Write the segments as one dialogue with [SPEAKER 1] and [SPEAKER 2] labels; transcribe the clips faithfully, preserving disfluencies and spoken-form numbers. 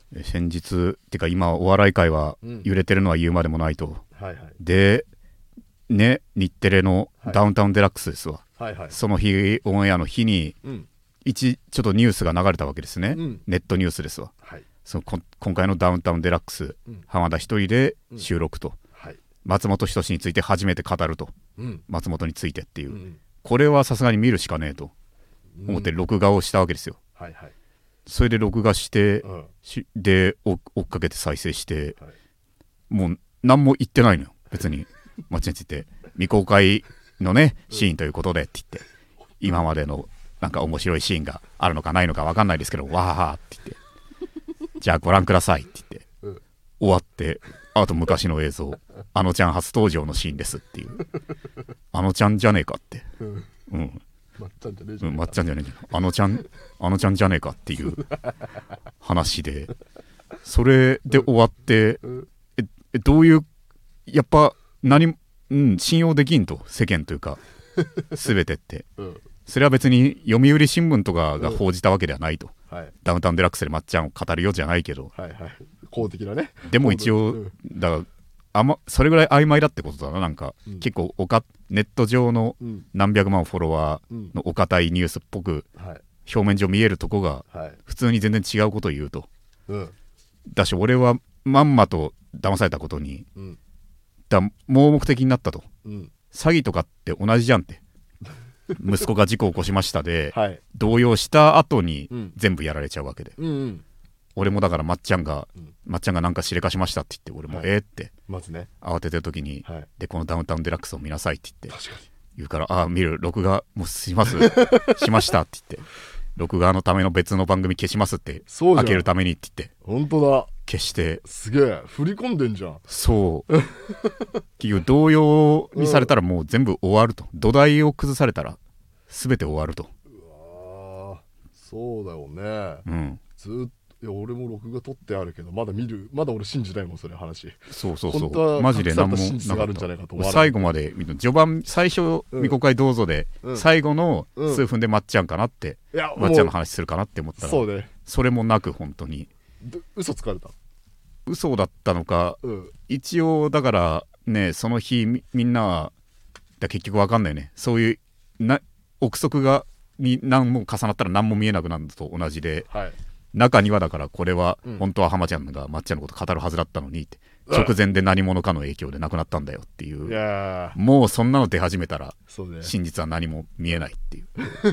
[SPEAKER 1] 先日ってか今お笑い界は揺れてるのは言うまでもないと、
[SPEAKER 2] うんはいはい、
[SPEAKER 1] でね日テレのダウンタウンデラックスですわ、
[SPEAKER 2] はいはい、
[SPEAKER 1] その日オンエアの日に、うん、一ちょっとニュースが流れたわけですね、うん、ネットニュースですわ、はい、そのこ今回のダウンタウンデラックス、うん、浜田一人で収録と、うんはい、松本人志について初めて語ると、うん、松本についてっていう、うん、これはさすがに見るしかねえと思って録画をしたわけですよ、うんはいはい、それで録画して、うん、しで追っかけて再生して、はい、もう何も言ってないのよ別に街について未公開のねシーンということでって言って、今までのなんか面白いシーンがあるのかないのか分かんないですけどわーって言ってじゃあご覧くださいって言って、うん、終わってあと昔の映像あのちゃん初登場のシーンですっていうあのちゃんじゃねえかって、うん、うん
[SPEAKER 2] まっちゃんじゃねえじゃねえか、
[SPEAKER 1] まっちゃんじゃねえじゃんあのちゃんあのちゃんじゃねえかっていう話でそれで終わって、うん、ええどういうやっぱ何、うん、信用できんと世間というか全てって、うん、それは別に読売新聞とかが報じたわけではないと、うんはい、ダウンタウンデラックスでまっちゃんを語るよじゃないけど、
[SPEAKER 2] はいはい、公的なね
[SPEAKER 1] でも一応、うん、だからあ、ま、それぐらい曖昧だってことだななんか、うん、結構おかネット上の何百万フォロワーのお堅いニュースっぽく、うんはい、表面上見えるとこが普通に全然違うことを言うと、うん、だし俺はまんまと騙されたことに、うん、だ盲目的になったと、うん、詐欺とかって同じじゃんって息子が事故を起こしましたで、はい、動揺した後に全部やられちゃうわけで、うんうん、俺もだからまっちゃんが、うん、まっちゃんがなんかしれかしましたって言って俺も、はい、えーって
[SPEAKER 2] まずね
[SPEAKER 1] 慌ててる時に、はい、でこのダウンタウンデラックスを見なさいって言って言うからああ見る録画もうしますしましたって言って録画のための別の番組消しますって開けるためにって言って
[SPEAKER 2] 本当だ
[SPEAKER 1] 消して
[SPEAKER 2] すげえ振り込んでんじゃん
[SPEAKER 1] そう結局動揺にされたらもう全部終わると、うん、土台を崩されたら全て終わると
[SPEAKER 2] うわそうだよね、うん、ずっといや俺も録画撮ってあるけどまだ見るまだ俺信じないもんそれ話
[SPEAKER 1] そうそうそうマジで何もなかった最後まで序盤最初未公開どうぞで、うん、最後の数分でまっちゃんかなって、うん、まっちゃんの話するかなって思ったら
[SPEAKER 2] そう、ね、
[SPEAKER 1] それもなく本当に
[SPEAKER 2] 嘘つかれた
[SPEAKER 1] 嘘だったのか、うん、一応だからねその日 み, みんなはだ結局分かんないねそういうな憶測が何も重なったら何も見えなくなるのと同じで、はい中にはだからこれは本当は浜ちゃんがまっちゃんのこと語るはずだったのにって、うん、直前で何者かの影響で亡くなったんだよっていう、いもうそんなの出始めたら真実は何も見えないっていう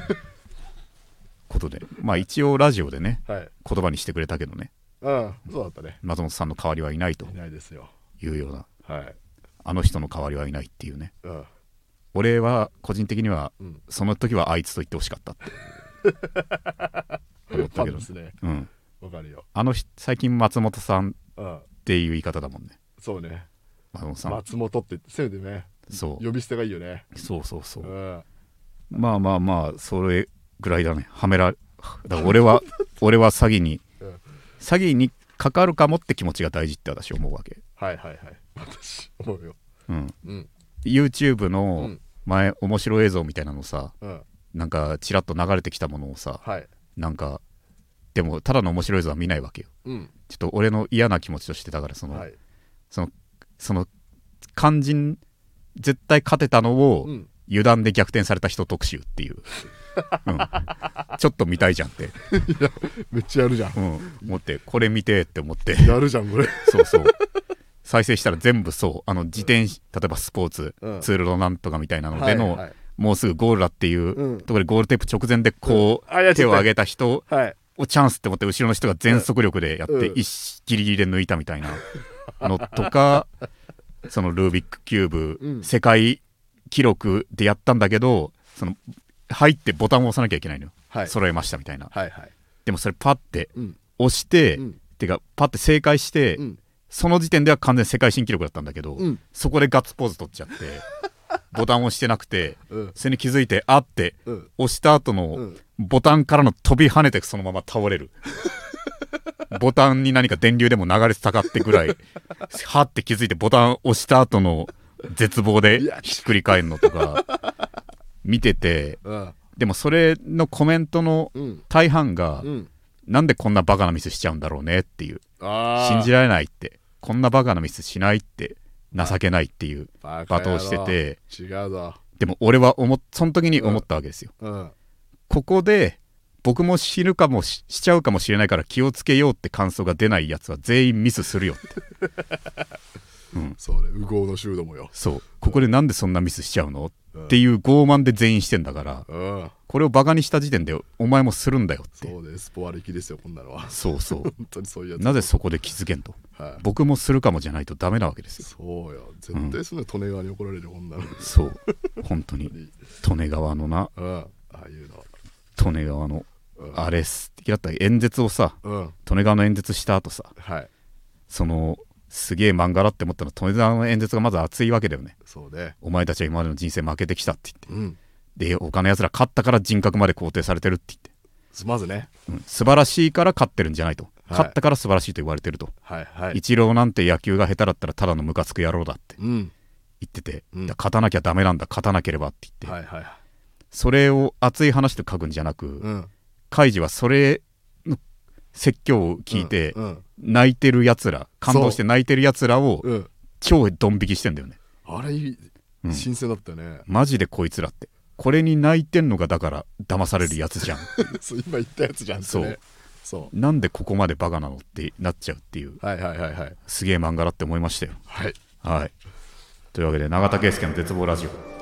[SPEAKER 1] ことでまあ一応ラジオでね、はい、言葉にしてくれたけどね、
[SPEAKER 2] うん、そうだったね
[SPEAKER 1] 松本さんの代わりはいないというような、はい、あの人の代わりはいないっていうね、うん、俺は個人的には、うん、その時はあいつと言ってほしかったって思ったけど、ねうん、
[SPEAKER 2] わかるよ
[SPEAKER 1] あの最近松本さんっていう言い方だもんね、
[SPEAKER 2] うん、そうね
[SPEAKER 1] 松本さん
[SPEAKER 2] 松本ってせめてねそう呼び捨てがいいよね
[SPEAKER 1] そうそうそう、うん、まあまあまあそれぐらいだねはめらだから俺は俺は詐欺に、うん、詐欺にかかるかもって気持ちが大事って私思うわけ
[SPEAKER 2] はいはいはい私思うよ、
[SPEAKER 1] うんうん、YouTube の前、うん、面白映像みたいなのさ、うん、なんかチラッと流れてきたものをさ、はいなんかでもただの面白い図は見ないわけよ、うん、ちょっと俺の嫌な気持ちとしてだからその、はい、そのその肝心絶対勝てたのを、うん、油断で逆転された人特集っていう、うん、ちょっと見たいじゃんってい
[SPEAKER 2] やめっちゃやるじゃん、うん、
[SPEAKER 1] 思ってこれ見てって思って
[SPEAKER 2] やるじゃんこれ
[SPEAKER 1] そうそう再生したら全部そうあの自転車、うん、例えばスポーツ、うん、ツールドなんとかみたいなのでの、はいはいもうすぐゴールだっていう、うん、ところでゴールテープ直前でこう、うん、手を上げた人をチャンスって思って後ろの人が全速力でやって、うん、一ギリギリで抜いたみたいなのとかそのルービックキューブ、うん、世界記録でやったんだけどその入ってボタンを押さなきゃいけないのよ、はい、揃えましたみたいな、はいはい、でもそれパッて押して、うん、てかパッて正解して、うん、その時点では完全に世界新記録だったんだけど、うん、そこでガッツポーズ取っちゃってボタンを押してなくて、うん、それに気づいてあって、うん、押した後のボタンからの飛び跳ねてそのまま倒れるボタンに何か電流でも流れてたかってぐらいはって気づいてボタン押した後の絶望でひっくり返るのとか見てて、うん、でもそれのコメントの大半が、うん、 なんでこんなバカなミスしちゃうんだろうねっていう、信じられないって、こんなバカなミスしないって、情けないっていう罵倒してて、
[SPEAKER 2] 違うぞ。
[SPEAKER 1] でも俺は思その時に思ったわけですよ、うんうん、ここで僕も死ぬかも し, しちゃうかもしれないから気をつけようって感想が出ないやつは全員ミスするよってうん、
[SPEAKER 2] そうね、右往の修道もよ。
[SPEAKER 1] そう、ここでなんでそんなミスしちゃうの、うん、っていう傲慢で全員してんだから、うん、これをバカにした時点でお前もするんだよって。
[SPEAKER 2] そうです、スポ割り気ですよこんなのは。
[SPEAKER 1] そうそう
[SPEAKER 2] 本当にそういうやつ。
[SPEAKER 1] なぜそこで気づけんと、はい、僕もするかもじゃないとダメなわけですよ。
[SPEAKER 2] そうよ、絶対その利根川に怒られるこんなの。
[SPEAKER 1] そう本当に利根川のな、うん、ああいうの利根川の、うん、あれ好きだった演説をさ、うん、利根川の演説した後さ、はい、そのすげえ漫画だって思ったの利根川の演説がまず熱いわけだよね。
[SPEAKER 2] そうね、
[SPEAKER 1] お前たちは今までの人生負けてきたって言って、うん、で他のやつら勝ったから人格まで肯定されてるって言って、
[SPEAKER 2] まずね、
[SPEAKER 1] うん、素晴らしいから勝ってるんじゃないと、はい、勝ったから素晴らしいと言われてると、はいはい、イチローなんて野球が下手だったらただのムカつく野郎だって言ってて、うん、勝たなきゃダメなんだ、勝たなければって言って、はいはい、それを熱い話で書くんじゃなく、うん、カイジはそれの説教を聞いて、うんうん、泣いてるやつら、感動して泣いてるやつらを、うん、超ドン引きしてんだよね。
[SPEAKER 2] あれ新鮮だったね、うん、
[SPEAKER 1] マジでこいつらってこれに泣いてんのがだから騙されるやつじゃん
[SPEAKER 2] そう今言ったやつじゃん。
[SPEAKER 1] そうそうなんでここまでバカなのってなっちゃうっていう、はいはいはいはい、すげえ漫画だって思いましたよ。はい、はい、というわけで永田圭介の絶望ラジオ、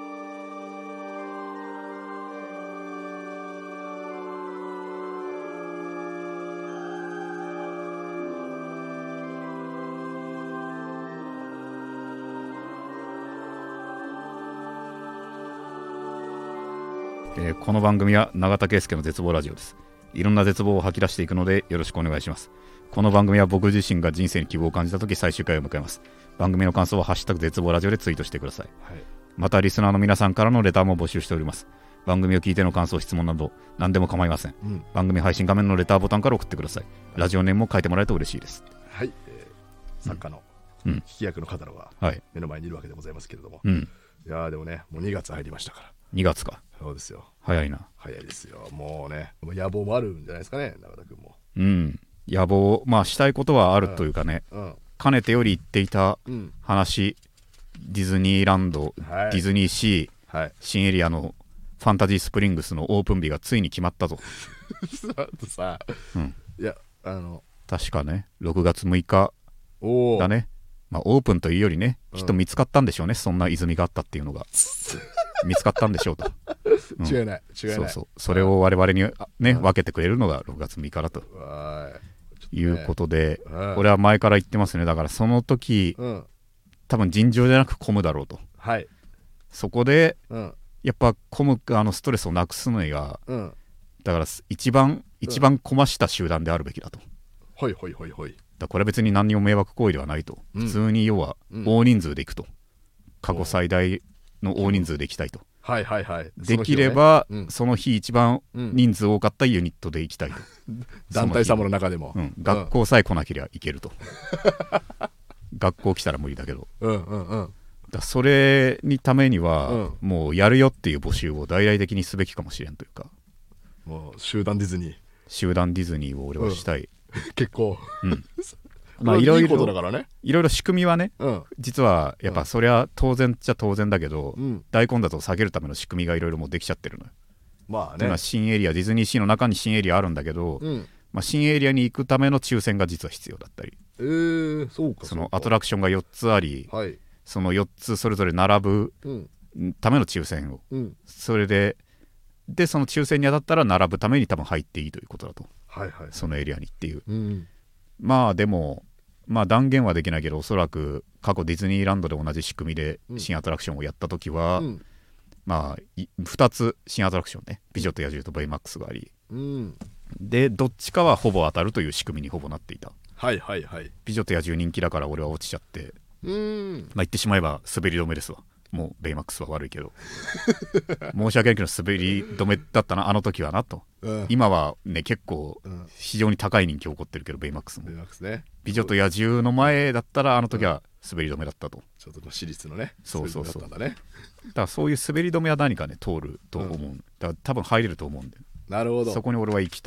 [SPEAKER 1] えー、この番組は永田圭介の絶望ラジオです。いろんな絶望を吐き出していくのでよろしくお願いします。この番組は僕自身が人生に希望を感じたとき最終回を迎えます。番組の感想はハッシュタグ絶望ラジオでツイートしてください、はい、またリスナーの皆さんからのレターも募集しております。番組を聞いての感想、質問など何でも構いません、うん、番組配信画面のレターボタンから送ってください。ラジオネームも書いてもらえると嬉しいです。
[SPEAKER 2] はい、えー、作家の引き役の方が目の前にいるわけでございますけれども、うん、いやでもねもうにがつ入りましたから。
[SPEAKER 1] にがつか。
[SPEAKER 2] そうですよ。
[SPEAKER 1] 早いな。
[SPEAKER 2] 早いですよ。もうね、野望もあるんじゃないですかね、永田君も。
[SPEAKER 1] うん、野望、まあしたいことはあるというかね、うんうん、かねてより言っていた話、うん、ディズニーランド、はい、ディズニーシー、はい、新エリアのファンタジースプリングスのオープン日がついに決まったぞ。
[SPEAKER 2] あとさ、うん、いやあの
[SPEAKER 1] 確かねろくがつむいかだね。まあ、オープンというよりね、人見つかったんでしょうね、うん、そんな泉があったっていうのが見つかったんでしょうと、
[SPEAKER 2] うん、違いない違いない。
[SPEAKER 1] そうそう、それを我々に、ね、分けてくれるのがろくがつむいかだということで、これは前から言ってますね。だからその時、うん、多分尋常じゃなく混むだろうと、はい、そこで、うん、やっぱ混むあのストレスをなくすのが、うん、だから一番一番こました集団であるべきだと、
[SPEAKER 2] ほいほいほいほい。
[SPEAKER 1] だこれは別に何にも迷惑行為ではないと、うん、普通に要は大人数で行くと、うん、過去最大の大人数で行きたいと、うん、はいはいはい、できれば その日、ねうん、その日一番人数多かったユニットで行きたいと、うん、
[SPEAKER 2] 団体様の中でも、
[SPEAKER 1] うん、学校さえ来なければ行けると、うん、学校来たら無理だけど、うんうんうん、だそれにためには、うん、もうやるよっていう募集を大々的にすべきかもしれんというか、
[SPEAKER 2] もう集団ディズニー
[SPEAKER 1] 集団ディズニーを俺はしたい、うん
[SPEAKER 2] 結構、うん、
[SPEAKER 1] まあいろいろいろいろ仕組みはね、うん、実はやっぱそりゃ当然っちゃ当然だけど、うん、大混雑を下げるための仕組みがいろいろもうできちゃってるのよ。まあね、今新エリアディズニーシーの中に新エリアあるんだけど、うんまあ、新エリアに行くための抽選が実は必要だったり、
[SPEAKER 2] えー、そうか
[SPEAKER 1] そのアトラクションがよっつあり、はい、そのよっつそれぞれ並ぶための抽選を、うん、それででその抽選に当たったら並ぶために多分入っていいということだと、はいはいはい、そのエリアにっていう、うん、まあでもまあ断言はできないけど、おそらく過去ディズニーランドで同じ仕組みで新アトラクションをやった時は、うん、まあふたつ新アトラクションね、美女と野獣とベイマックスがあり、うん、でどっちかはほぼ当たるという仕組みにほぼなっていた。はいはいはい。美女と野獣人気だから俺は落ちちゃって、うーん、まあ言ってしまえば滑り止めですわ。もうベイマックスは悪いけど申し訳ないけど滑り止めだったなあの時はなと、うん、今はね結構非常に高い人気を起こってるけどベイマックスも、ベイマックスね、美女と野獣の前だったらあの時は滑り止めだったと、うん、
[SPEAKER 2] ちょっと私立のね、
[SPEAKER 1] そうそうそう、だったんだね。だからそういう滑り止めは何かね通ると思う、うん、だから多分入れると思うんで、
[SPEAKER 2] なるほど、
[SPEAKER 1] そこに俺は行きたいと。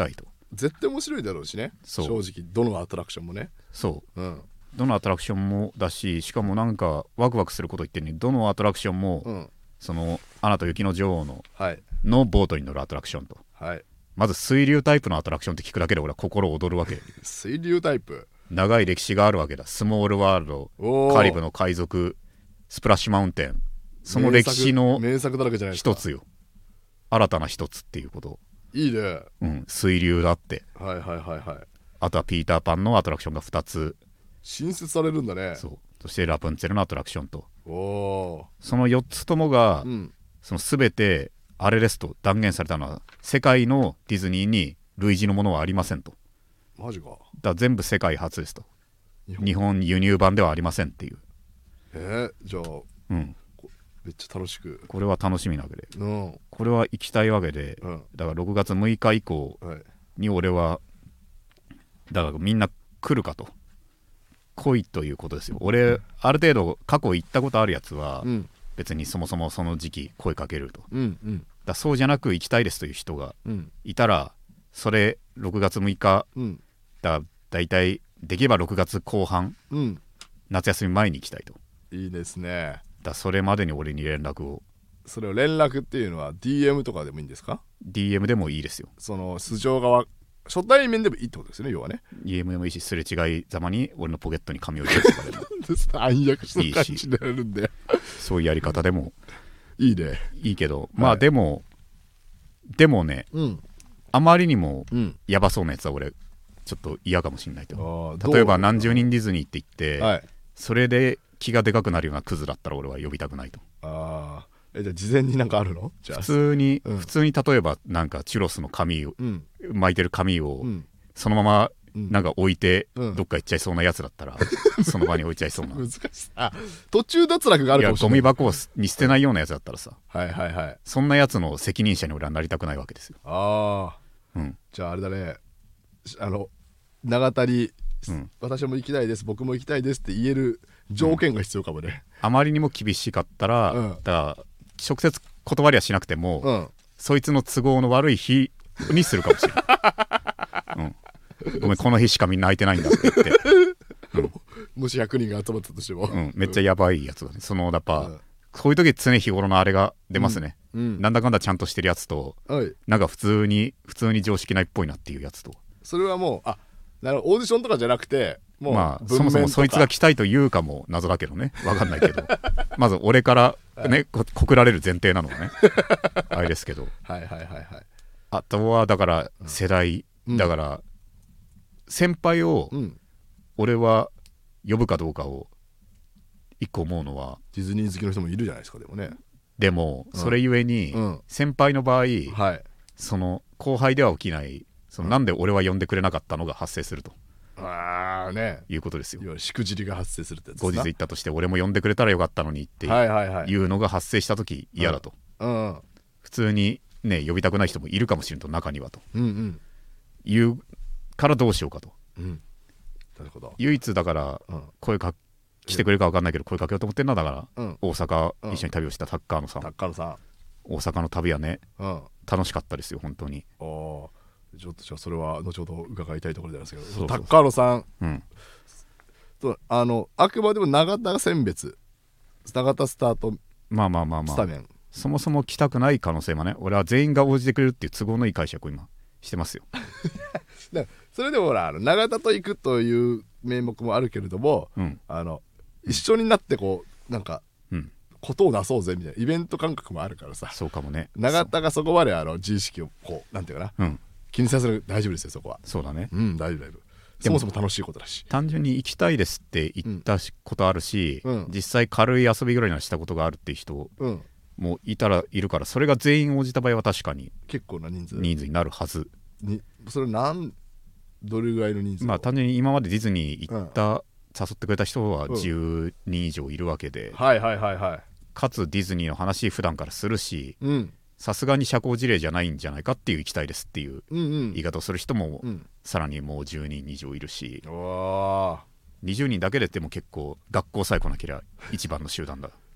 [SPEAKER 2] 絶対面白いだろうしね。正直どのアトラクションもね。
[SPEAKER 1] そう、うん、どのアトラクションもだし、しかもなんかワクワクすること言ってるのに、どのアトラクションも、うん、そのアナと雪の女王の、はい、のボートに乗るアトラクションと、はい、まず水流タイプのアトラクションって聞くだけで俺は心躍るわけ
[SPEAKER 2] 水流タイプ、
[SPEAKER 1] 長い歴史があるわけだ。スモールワールド、カリブの海賊、スプラッシュマウンテン、その歴史の一つよ。新たな一つっていうこと。
[SPEAKER 2] いいね、
[SPEAKER 1] うん、水流だって。
[SPEAKER 2] はいはいはいはい。
[SPEAKER 1] あとはピーターパンのアトラクションがふたつ
[SPEAKER 2] 新設されるんだね。
[SPEAKER 1] そう。そしてラプンツェルのアトラクションと、おそのよっつともが、うん、その全てあれですと断言されたのは、世界のディズニーに類似のものはありませんと。
[SPEAKER 2] マジか。だか
[SPEAKER 1] ら全部世界初ですと。日本、日本輸入版ではありませんっていう。
[SPEAKER 2] えー、じゃあ、うん、めっちゃ楽しく、
[SPEAKER 1] これは楽しみなわけで、うん、これは行きたいわけで、うん、だからろくがつむいか以降に俺は、だからみんな来るかと、来いということですよ。俺ある程度過去行ったことあるやつは、うん、別にそもそもその時期声かけると、うんうん、だそうじゃなく行きたいですという人がいたら、それろくがつむいか、うん、だだいたいできればろくがつこう半、うん、夏休み前に行きたいと。
[SPEAKER 2] いいですね。
[SPEAKER 1] だそれまでに俺に連絡を。
[SPEAKER 2] それを連絡っていうのは ディーエム とかでもいいんですか？
[SPEAKER 1] ディーエム でもいいですよ。
[SPEAKER 2] その素性側、初対面でもいいってことですよね、要はね。
[SPEAKER 1] ディーエム でもいいし、すれ違いざまに俺のポケットに紙を入れるとかでも
[SPEAKER 2] 暗躍した感じになるんで
[SPEAKER 1] そういうやり方でも
[SPEAKER 2] いいね。
[SPEAKER 1] いいけど、まあ、はい、でもでもね、うん、あまりにもやばそうなやつは俺ちょっと嫌かもしれないと。例えば何十人ディズニーって言って、はい、それで気がでかくなるようなクズだったら俺は呼びたくないと。
[SPEAKER 2] あえじゃあ事前になんかあるの？じゃあ
[SPEAKER 1] 普通に、うん、普通に例えばなんかチュロスの紙を、うん、巻いてる紙を、うん、そのままなんか置いて、うん、どっか行っちゃいそうなやつだったら、うん、その場に置いちゃいそうな
[SPEAKER 2] 難しさ途中脱落があるかもしれない。
[SPEAKER 1] いやゴミ箱に捨てないようなやつだったらさ、
[SPEAKER 2] はいはいはい、
[SPEAKER 1] そんなやつの責任者に俺はなりたくないわけですよ。
[SPEAKER 2] ああ、うん、じゃああれだね、あの長田に、うん、私も行きたいです、僕も行きたいですって言える条件が必要かもね、
[SPEAKER 1] うん、あまりにも厳しかったら、うん、だから直接断りはしなくても、うん、そいつの都合の悪い日にするかもしれない、うん、ごめんこの日しかみんな空いてないんだって言って、
[SPEAKER 2] うん、もしひゃくにんが集まったとしても、
[SPEAKER 1] うん、めっちゃやばいやつだね。そのやっぱ、うん、こういう時常日頃のあれが出ますね、うんうん、なんだかんだちゃんとしてるやつと、はい、なんか普通に普通に常識ないっぽいなっていうやつと。
[SPEAKER 2] それはもうあなるほど、オーディションとかじゃなくてもう
[SPEAKER 1] まあそもそもそいつが来たいと言うかも謎だけどね、分かんないけどまず俺からね告られる前提なのはねあれですけど、
[SPEAKER 2] はいはいはいはい。
[SPEAKER 1] あとはだから世代、うん、だから先輩を俺は呼ぶかどうかを一個思うのは、
[SPEAKER 2] ディズニー好きの人もいるじゃないですか。でもね、
[SPEAKER 1] でもそれゆえに、うん、先輩の場合、はい、その後輩では起きないその、うん、なんで俺は呼んでくれなかったのが発生すると、
[SPEAKER 2] あーね、
[SPEAKER 1] いうことですよ。
[SPEAKER 2] 要はしくじりが発生するってやつです
[SPEAKER 1] な。後日言ったとして俺も呼んでくれたらよかったのにっていうのが発生した時嫌だと、うんうん、普通にね呼びたくない人もいるかもしれんと、中にはと、うんうん、いうからどうしようかと、うん、なるほど。唯一だから声か来てくれるか分かんないけど声かけようと思ってるのはだから、うん、大阪一緒に旅をしたタッカーノさん、
[SPEAKER 2] タッカーノさん、
[SPEAKER 1] 大阪の旅はね、うん、楽しかったですよ本当に。
[SPEAKER 2] ああ、ちょっとじゃあそれは後ほど伺いたいところなんですけど、そうそうそう、タッカーノさん、うん、あのあくまでも永田選別、永田スタート、
[SPEAKER 1] まあまあまあまあスタメン、そもそも来たくない可能性もね、俺は全員が応じてくれるっていう都合のいい解釈を今してますよ
[SPEAKER 2] それでもほら永田と行くという名目もあるけれども、うん、あの一緒になってこうなんか、うん、ことをなそうぜみたいなイベント感覚もあるからさ。
[SPEAKER 1] そうかもね。
[SPEAKER 2] 永田がそこまであの自意識をこうなんていうかな、うん、気にさせる大丈夫ですよそこは。
[SPEAKER 1] そうだね、
[SPEAKER 2] うん、大丈夫大丈夫。そもそも楽しいことだし、
[SPEAKER 1] 単純に行きたいですって言ったことあるし、うん、実際軽い遊びぐらいならしたことがあるっていう人もいたらいるから、それが全員応じた場合は確かに
[SPEAKER 2] 結構な人数
[SPEAKER 1] 人数になるはず
[SPEAKER 2] に。それなんどれぐらいの人数？
[SPEAKER 1] まあ単純に今までディズニー行った、うん、誘ってくれた人はじゅうにん以上いるわけで、うん、はいはいはいはい、かつディズニーの話普段からするし、さすがに社交辞令じゃないんじゃないかっていう行きたいですっていう言い方をする人も、うん、さらにもうじゅうにん以上いるし、にじゅうにんだけでっても結構学校さえ来なければ一番の集団だ。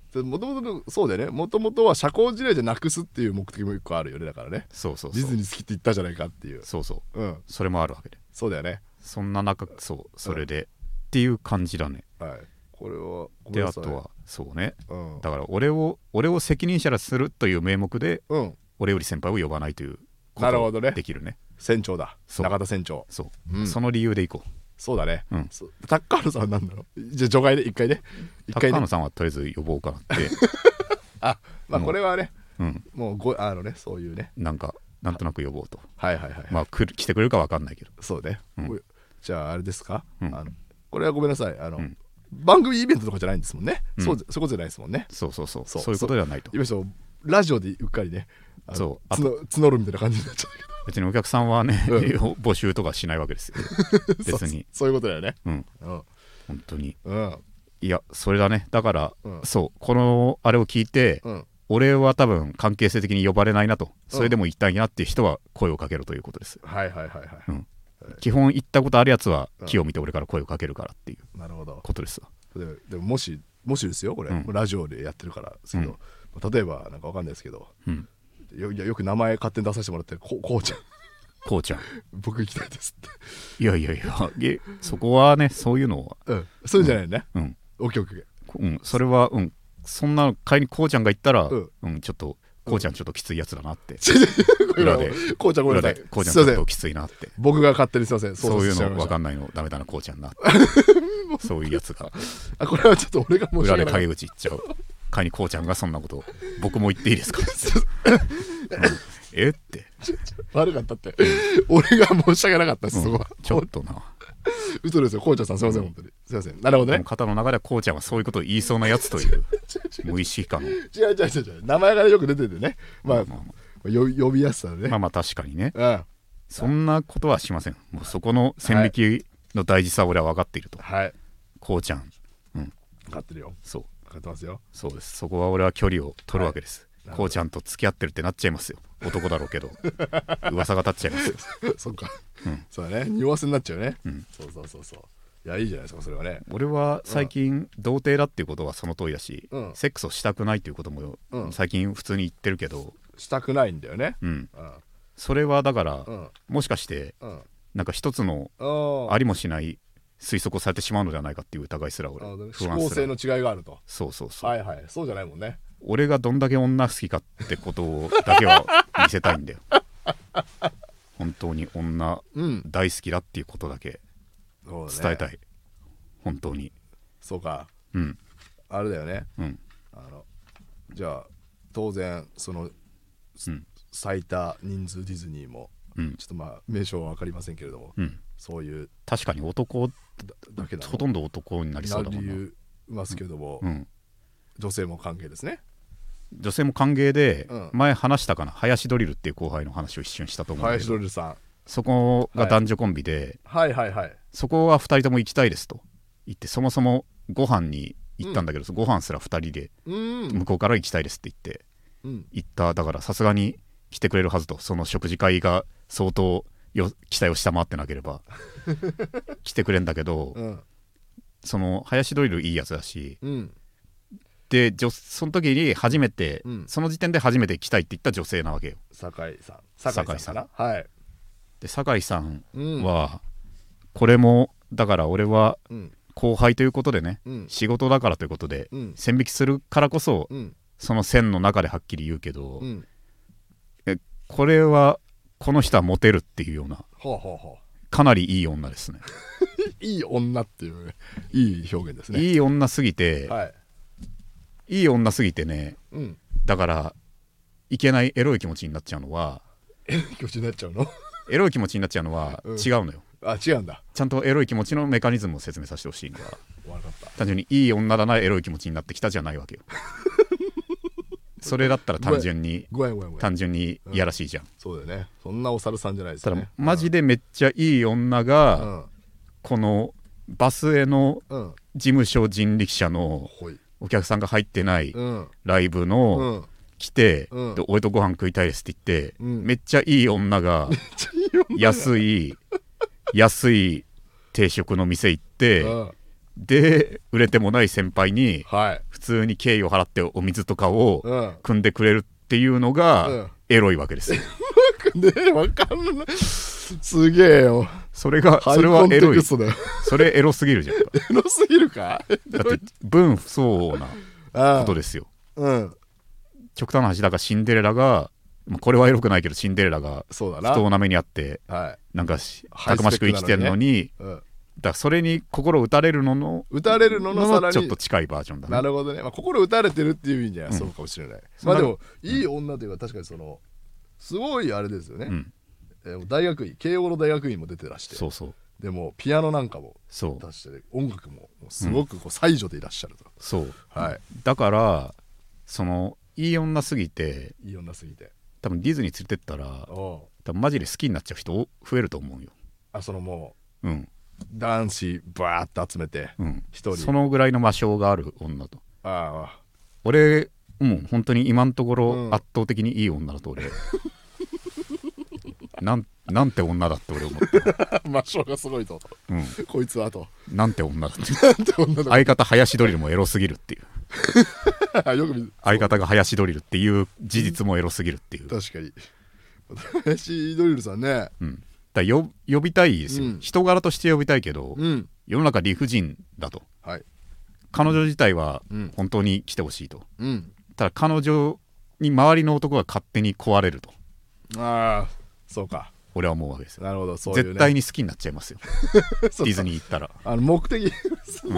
[SPEAKER 2] もともとそうだよね。もともとは社交辞令じゃなくすっていう目的も一個あるよね。だからね。
[SPEAKER 1] そうそうそう。
[SPEAKER 2] ディズニー好きって言ったじゃないかっていう。
[SPEAKER 1] そうそう。
[SPEAKER 2] うん。
[SPEAKER 1] それもあるわけで。
[SPEAKER 2] そうだよね。
[SPEAKER 1] そんな中、そうそれで、うん、っていう感じだね。
[SPEAKER 2] はい。これは
[SPEAKER 1] であとはそうね。
[SPEAKER 2] うん、
[SPEAKER 1] だから俺を俺を責任者らするという名目で、うん、俺より先輩を呼ばないということができるね。
[SPEAKER 2] 船長だ。中田船長。
[SPEAKER 1] そう。うん、その理由でいこう。
[SPEAKER 2] そうだね。うん、タッカーノさんは何だろう。じゃあ除外で一回ね。
[SPEAKER 1] 一回ね。タッカーノさんはとりあえず呼ぼうかなって。
[SPEAKER 2] あ、まあこれはね、うん、もうごあのねそういうね。
[SPEAKER 1] なんかなんとなく呼ぼうと。
[SPEAKER 2] はいはいはい。
[SPEAKER 1] まあ来る来てくれるかわかんないけど。
[SPEAKER 2] そうね。うん、じゃああれですか。
[SPEAKER 1] うん、
[SPEAKER 2] あのこれはごめんなさい。あの、うん、番組イベントとかじゃないんですもんね。うん、そうそういうことじゃないですもんね。
[SPEAKER 1] そうそうそう。そういうことではないと。
[SPEAKER 2] 今そうラジオでうっかりね。そう募るみたいな感じになっちゃうけど。
[SPEAKER 1] 別にお客さんはね、うん、募集とかしないわけですよ。別に
[SPEAKER 2] そ。そういうことだよね。
[SPEAKER 1] うん。うん、本当に。
[SPEAKER 2] うん。
[SPEAKER 1] いやそれだね。だから、うん、そうこのあれを聞いて、うん、俺は多分関係性的に呼ばれないなと、それでも行きたいなっていう人は声をかけるということです。
[SPEAKER 2] うん、はいはいはいはい。うん、
[SPEAKER 1] 基本行ったことあるやつは気を見て俺から声をかけるからっていうことですわ。
[SPEAKER 2] で, でももしもしですよこれ、うん、ラジオでやってるからですけど、うん、例えばなんかわかんないですけど、うん、よ, よく名前勝手に出させてもらってここうちゃん
[SPEAKER 1] こうちゃん
[SPEAKER 2] 僕行きたいですって
[SPEAKER 1] いやいやいやそこはねそういうのは、
[SPEAKER 2] うん、そういうんじゃないね。
[SPEAKER 1] うん、
[SPEAKER 2] オッケーオッケー、
[SPEAKER 1] うん、それはうんそんな買いにこうちゃんが行ったら、うんうん、ちょっとこうちゃんちょっときついやつだなって、
[SPEAKER 2] うん、裏でこうちゃんごめんなさい
[SPEAKER 1] こうちゃんちょっときついなって
[SPEAKER 2] 僕が勝手にすいません
[SPEAKER 1] そういうの分かんないのダメだなこうちゃんなってそういうやつが
[SPEAKER 2] あこれはちょっと俺が申し訳ない
[SPEAKER 1] 裏で陰口言っちゃう買いにこうちゃんがそんなこと僕も言っていいですかうん、えって
[SPEAKER 2] 悪かったって俺が申し訳なかったです、うん、そこは
[SPEAKER 1] ちょっとな
[SPEAKER 2] 嘘ですよこうちゃんさんすいません、うん、本当にすいませんなるほどね
[SPEAKER 1] 方の中ではこうちゃんはそういうことを言いそうなやつという無意識感
[SPEAKER 2] 違う違う違う違う名前がよく出ててねまあ、まあまあ、呼びやすさでね
[SPEAKER 1] まあまあ確かにね、うん、そんなことはしませんもうそこの線引きの大事さを俺は分かっていると
[SPEAKER 2] はい
[SPEAKER 1] こうちゃんうん
[SPEAKER 2] 分かってるよ
[SPEAKER 1] そう
[SPEAKER 2] 分かってますよ
[SPEAKER 1] そうですそこは俺は距離を取るわけです、はい、こうちゃんと付き合ってるってなっちゃいますよ男だろうけど噂が立っちゃいますよ
[SPEAKER 2] そっか、うん、そうだね匂わせになっちゃうね、うん、そうそうそうそういやいいじゃないですかそれはね
[SPEAKER 1] 俺は最近、うん、童貞だっていうことはその通りだし、うん、セックスをしたくないということも、うん、最近普通に言ってるけど
[SPEAKER 2] したくないんだよね、
[SPEAKER 1] うんうん、それはだから、うん、もしかして、うん、なんか一つのありもしない推測をされてしまうのではないかっていう疑いすら俺不安すら
[SPEAKER 2] 思考性の違いがあると
[SPEAKER 1] そうそうそう
[SPEAKER 2] はいはいそうじゃないもんね
[SPEAKER 1] 俺がどんだけ女好きかってことだけは見せたいんだよ本当に女大好きだっていうことだけ伝えたい、ね、本当に
[SPEAKER 2] そうか
[SPEAKER 1] うん
[SPEAKER 2] あれだよね、
[SPEAKER 1] うん、
[SPEAKER 2] あのじゃあ当然その、うん、最多人数ディズニーも、うん、ちょっとまあ名称は分かりませんけれども、うん、そういう
[SPEAKER 1] 確かに男だ
[SPEAKER 2] だけだ
[SPEAKER 1] ほとんど男になりそうだもんな
[SPEAKER 2] なりますけども、うんうん、女性も歓迎ですね
[SPEAKER 1] 女性も歓迎で、うん、前話したかな林ドリルっていう後輩の話を一瞬したと思うんだけど
[SPEAKER 2] 林ドリルさん
[SPEAKER 1] そこが男女コンビで、
[SPEAKER 2] はい、はいはいはい
[SPEAKER 1] そこはふたりとも行きたいですと言ってそもそもご飯に行ったんだけど、うん、ご飯すらふたりで向こうから行きたいですって言って、うん、行っただからさすがに来てくれるはずとその食事会が相当よ期待を下回ってなければ来てくれんだけど、うん、その林ドリルいいやつだし、うん、でその時に初めて、うん、その時点で初めて来たいって言った女性なわけよ
[SPEAKER 2] 酒井さん酒井さんかなはい
[SPEAKER 1] で酒井さんは、うん、これもだから俺は後輩ということでね、うん、仕事だからということで、うん、線引きするからこそ、うん、その線の中ではっきり言うけど、うん、えこれはこの人はモテるっていうような、
[SPEAKER 2] ほうほうほう
[SPEAKER 1] かなりいい女ですね
[SPEAKER 2] いい女っていう、ね、いい表現ですね
[SPEAKER 1] いい女すぎて、はい、いい女すぎてね、うん、だからいけないエロい気持ちになっちゃうのは
[SPEAKER 2] エロい気持ちになっちゃうの
[SPEAKER 1] エロい気持ちになっちゃうのは違うのよ、
[SPEAKER 2] うん、あ違うんだ
[SPEAKER 1] ちゃんとエロい気持ちのメカニズムを説明させてほしいのは単純にいい女だなエロい気持ちになってきたじゃないわけよそれだったら単純に単純にいやらしいじゃん、うん、
[SPEAKER 2] そうだよねそんなお猿さんじゃないですよね
[SPEAKER 1] ただマジでめっちゃいい女が、うん、このバスへの事務所人力車のお客さんが入ってないライブの、うん、来て、うん、で俺とご飯食いたいですって言って、うん、めっちゃいい女が安い安い定食の店行って、うん、 で売れてもない先輩に普通に敬意を払ってお水とかを汲んでくれるっていうのがエロいわけですよ。
[SPEAKER 2] ねえ、わかんない。すげえよ。
[SPEAKER 1] それがそれはエロい。それエロすぎるじゃんか。
[SPEAKER 2] エロすぎるか。
[SPEAKER 1] だって分不相応なことですよ。うん、極端な話だからシンデレラが、これはエロくないけどシンデレラが不当な目にあって、はい、なんかたくましく生きてるのに、ね、うん、だからそれに心打たれるのの
[SPEAKER 2] 打たれるののさらに
[SPEAKER 1] ちょっと近いバージョンだね。
[SPEAKER 2] なるほどね、まあ、心打たれてるっていう意味じゃ、うん、そうかもしれない。まあでもいい女というか確かにそのすごいあれですよね、うん、えー、大学院慶応の大学院も出てらして、
[SPEAKER 1] そうそう、
[SPEAKER 2] でもピアノなんかも出して、音楽もすごくこう才女でいらっしゃると、うん、
[SPEAKER 1] そう、はい、だからそのいい女すぎて
[SPEAKER 2] いい女すぎて
[SPEAKER 1] 多分ディズニー連れてったら多分マジで好きになっちゃう人増えると思うよ。
[SPEAKER 2] あ、そのも
[SPEAKER 1] う、うん、
[SPEAKER 2] 男子バーッと集めて一人、うん、
[SPEAKER 1] そのぐらいの魔性がある女と。
[SPEAKER 2] ああ、
[SPEAKER 1] 俺もう本当に今のところ圧倒的にいい女だと俺、うん、なんなんて女だって俺思って
[SPEAKER 2] 魔性がすごいと、うん、こいつはと
[SPEAKER 1] なんて女だって相方林ドリルもエロすぎるっていうよく見相方が林ドリルっていう事実もエロすぎるっていう。
[SPEAKER 2] 確かに林ドリルさんね、
[SPEAKER 1] うん、だよ呼びたいですよ、うん、人柄として呼びたいけど、うん、世の中理不尽だと、はい、彼女自体は本当に来てほしいと、うん、ただ彼女に周りの男が勝手に壊れると。
[SPEAKER 2] ああ、そうか、
[SPEAKER 1] 俺は思うわけですよ。
[SPEAKER 2] なるほど、そういうね、
[SPEAKER 1] 絶対に好きになっちゃいますよディズニー行ったら。
[SPEAKER 2] あの目的
[SPEAKER 1] うん、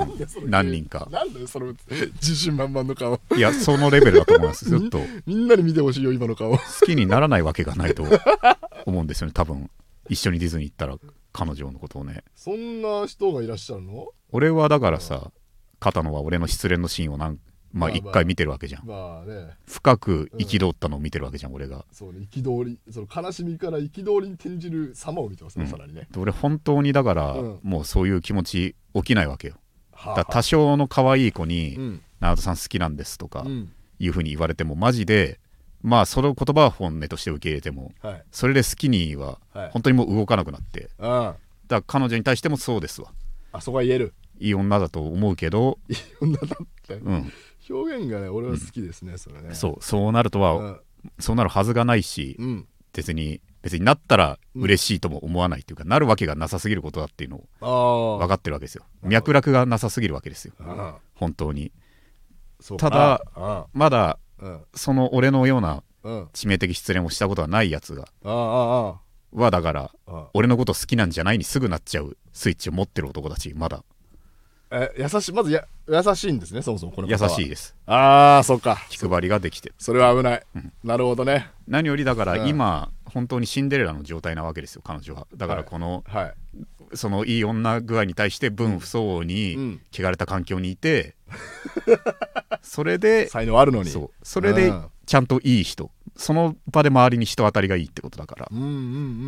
[SPEAKER 1] 何人か。
[SPEAKER 2] なんでその自信満々の顔。
[SPEAKER 1] いや、そのレベルだと思いますずっと
[SPEAKER 2] みんなに見てほしいよ今の顔。
[SPEAKER 1] 好きにならないわけがないと思うんですよね多分。一緒にディズニー行ったら彼女のことをね。
[SPEAKER 2] そんな人がいらっしゃるの？
[SPEAKER 1] 俺はだからさ、片野は俺の失恋のシーンを何まあ一回見てるわけじゃん、まあまあね、深く憤ったのを見てるわけじゃん、うん、俺が。
[SPEAKER 2] そうね、憤り、その悲しみから憤りに転じる様を見てますね、うん、さらにね。
[SPEAKER 1] 俺本当にだから、うん、もうそういう気持ち起きないわけよ。はあ、だ多少の可愛い子に、うん、直人さん好きなんですとか、うん、いうふうに言われてもマジでまあその言葉は本音として受け入れても、はい、それで好きには本当にもう動かなくなって、はい、だから彼女に対してもそうですわ。
[SPEAKER 2] あそこは言える
[SPEAKER 1] いい女だと思うけど、
[SPEAKER 2] いい女だって、うん、表現がね俺は好きですね、うん、それね。
[SPEAKER 1] そうそうなるとは、うん、そうなるはずがないし、うん、別に別になったら嬉しいとも思わないというか、うん、なるわけがなさすぎることだっていうのを分かってるわけですよ。脈絡がなさすぎるわけですよ本当に。ただまだ、うん、その俺のような致命的失恋をしたことはないやつがはだから俺のこと好きなんじゃないにすぐなっちゃうスイッチを持ってる男たちまだ。
[SPEAKER 2] え優しいまずや優しいんですねそもそもこの方は。
[SPEAKER 1] 優しいです。
[SPEAKER 2] ああそうか、
[SPEAKER 1] 気配りができてる。
[SPEAKER 2] それは危ない、うん、なるほどね。
[SPEAKER 1] 何よりだから今、うん、本当にシンデレラの状態なわけですよ彼女は。だからこの、はいはい、そのいい女具合に対して分不相応に汚れた環境にいて、うん、それで
[SPEAKER 2] 才能あるのに
[SPEAKER 1] そうそれでちゃんといい人、その場で周りに人当たりがいいってことだから、うんうんうん、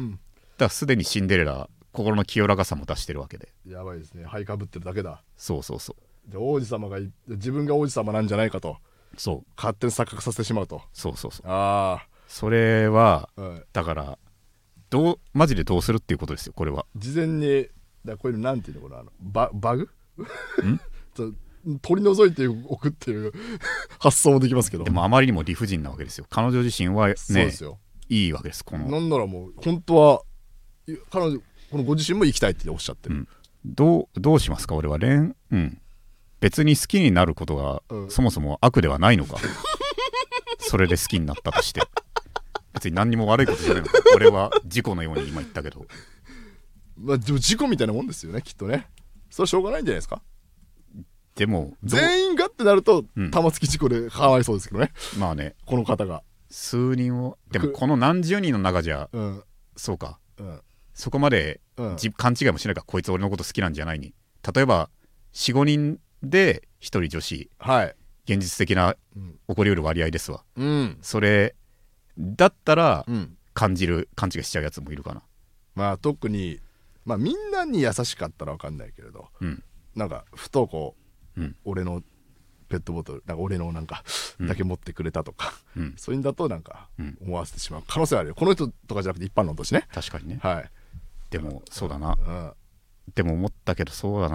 [SPEAKER 1] だからすでにシンデレラ心の清らかさも出してるわけで。
[SPEAKER 2] やばいですね、灰かぶってるだけだ。
[SPEAKER 1] そうそうそう。
[SPEAKER 2] で王子様が自分が王子様なんじゃないかと、
[SPEAKER 1] そう
[SPEAKER 2] 勝手に錯覚させてしまうと。
[SPEAKER 1] そうそうそう。
[SPEAKER 2] ああ
[SPEAKER 1] それは、はい、だからどうマジでどうするっていうことですよこれは。
[SPEAKER 2] 事前にだこういうのなんていうのかな、あの バ, バグん取り除いておくっていう発想もできますけど、
[SPEAKER 1] でもあまりにも理不尽なわけですよ彼女自身はね。そうですよ、いいわけですこの。
[SPEAKER 2] なんならもう本当は彼女このご自身も行きたいっておっしゃってる、うん、
[SPEAKER 1] どうどうしますか俺は恋、うん、別に好きになることが、うん、そもそも悪ではないのかそれで好きになったとして別に何にも悪いことじゃないのか俺は事故のように今言ったけど
[SPEAKER 2] まあでも事故みたいなもんですよねきっとね。それはしょうがないんじゃないですか。
[SPEAKER 1] でも
[SPEAKER 2] 全員がってなると、うん、玉突き事故でかわいそうですけどね。
[SPEAKER 1] まあね
[SPEAKER 2] この方が
[SPEAKER 1] 数人をでもこの何十人の中じゃ、うん、そうか、うんそこまで、うん、勘違いもしないからこいつ俺のこと好きなんじゃないに。例えば よん,ご 人でひとり女子、はい、現実的な起こりうる割合ですわ、うん、それだったら、うん、感じる勘違いしちゃうやつもいるかな。
[SPEAKER 2] まあ特に、まあ、みんなに優しかったら分かんないけれど、うん、なんかふとこう、うん、俺のペットボトルなんか俺のなんかだけ持ってくれたとか、うん、そういうんだとなんか思わせてしまう可能性あるよこの人とかじゃなくて一般論としてね。
[SPEAKER 1] 確かにね、
[SPEAKER 2] はい、
[SPEAKER 1] でもそうだな、うん、でも思ったけどそうだな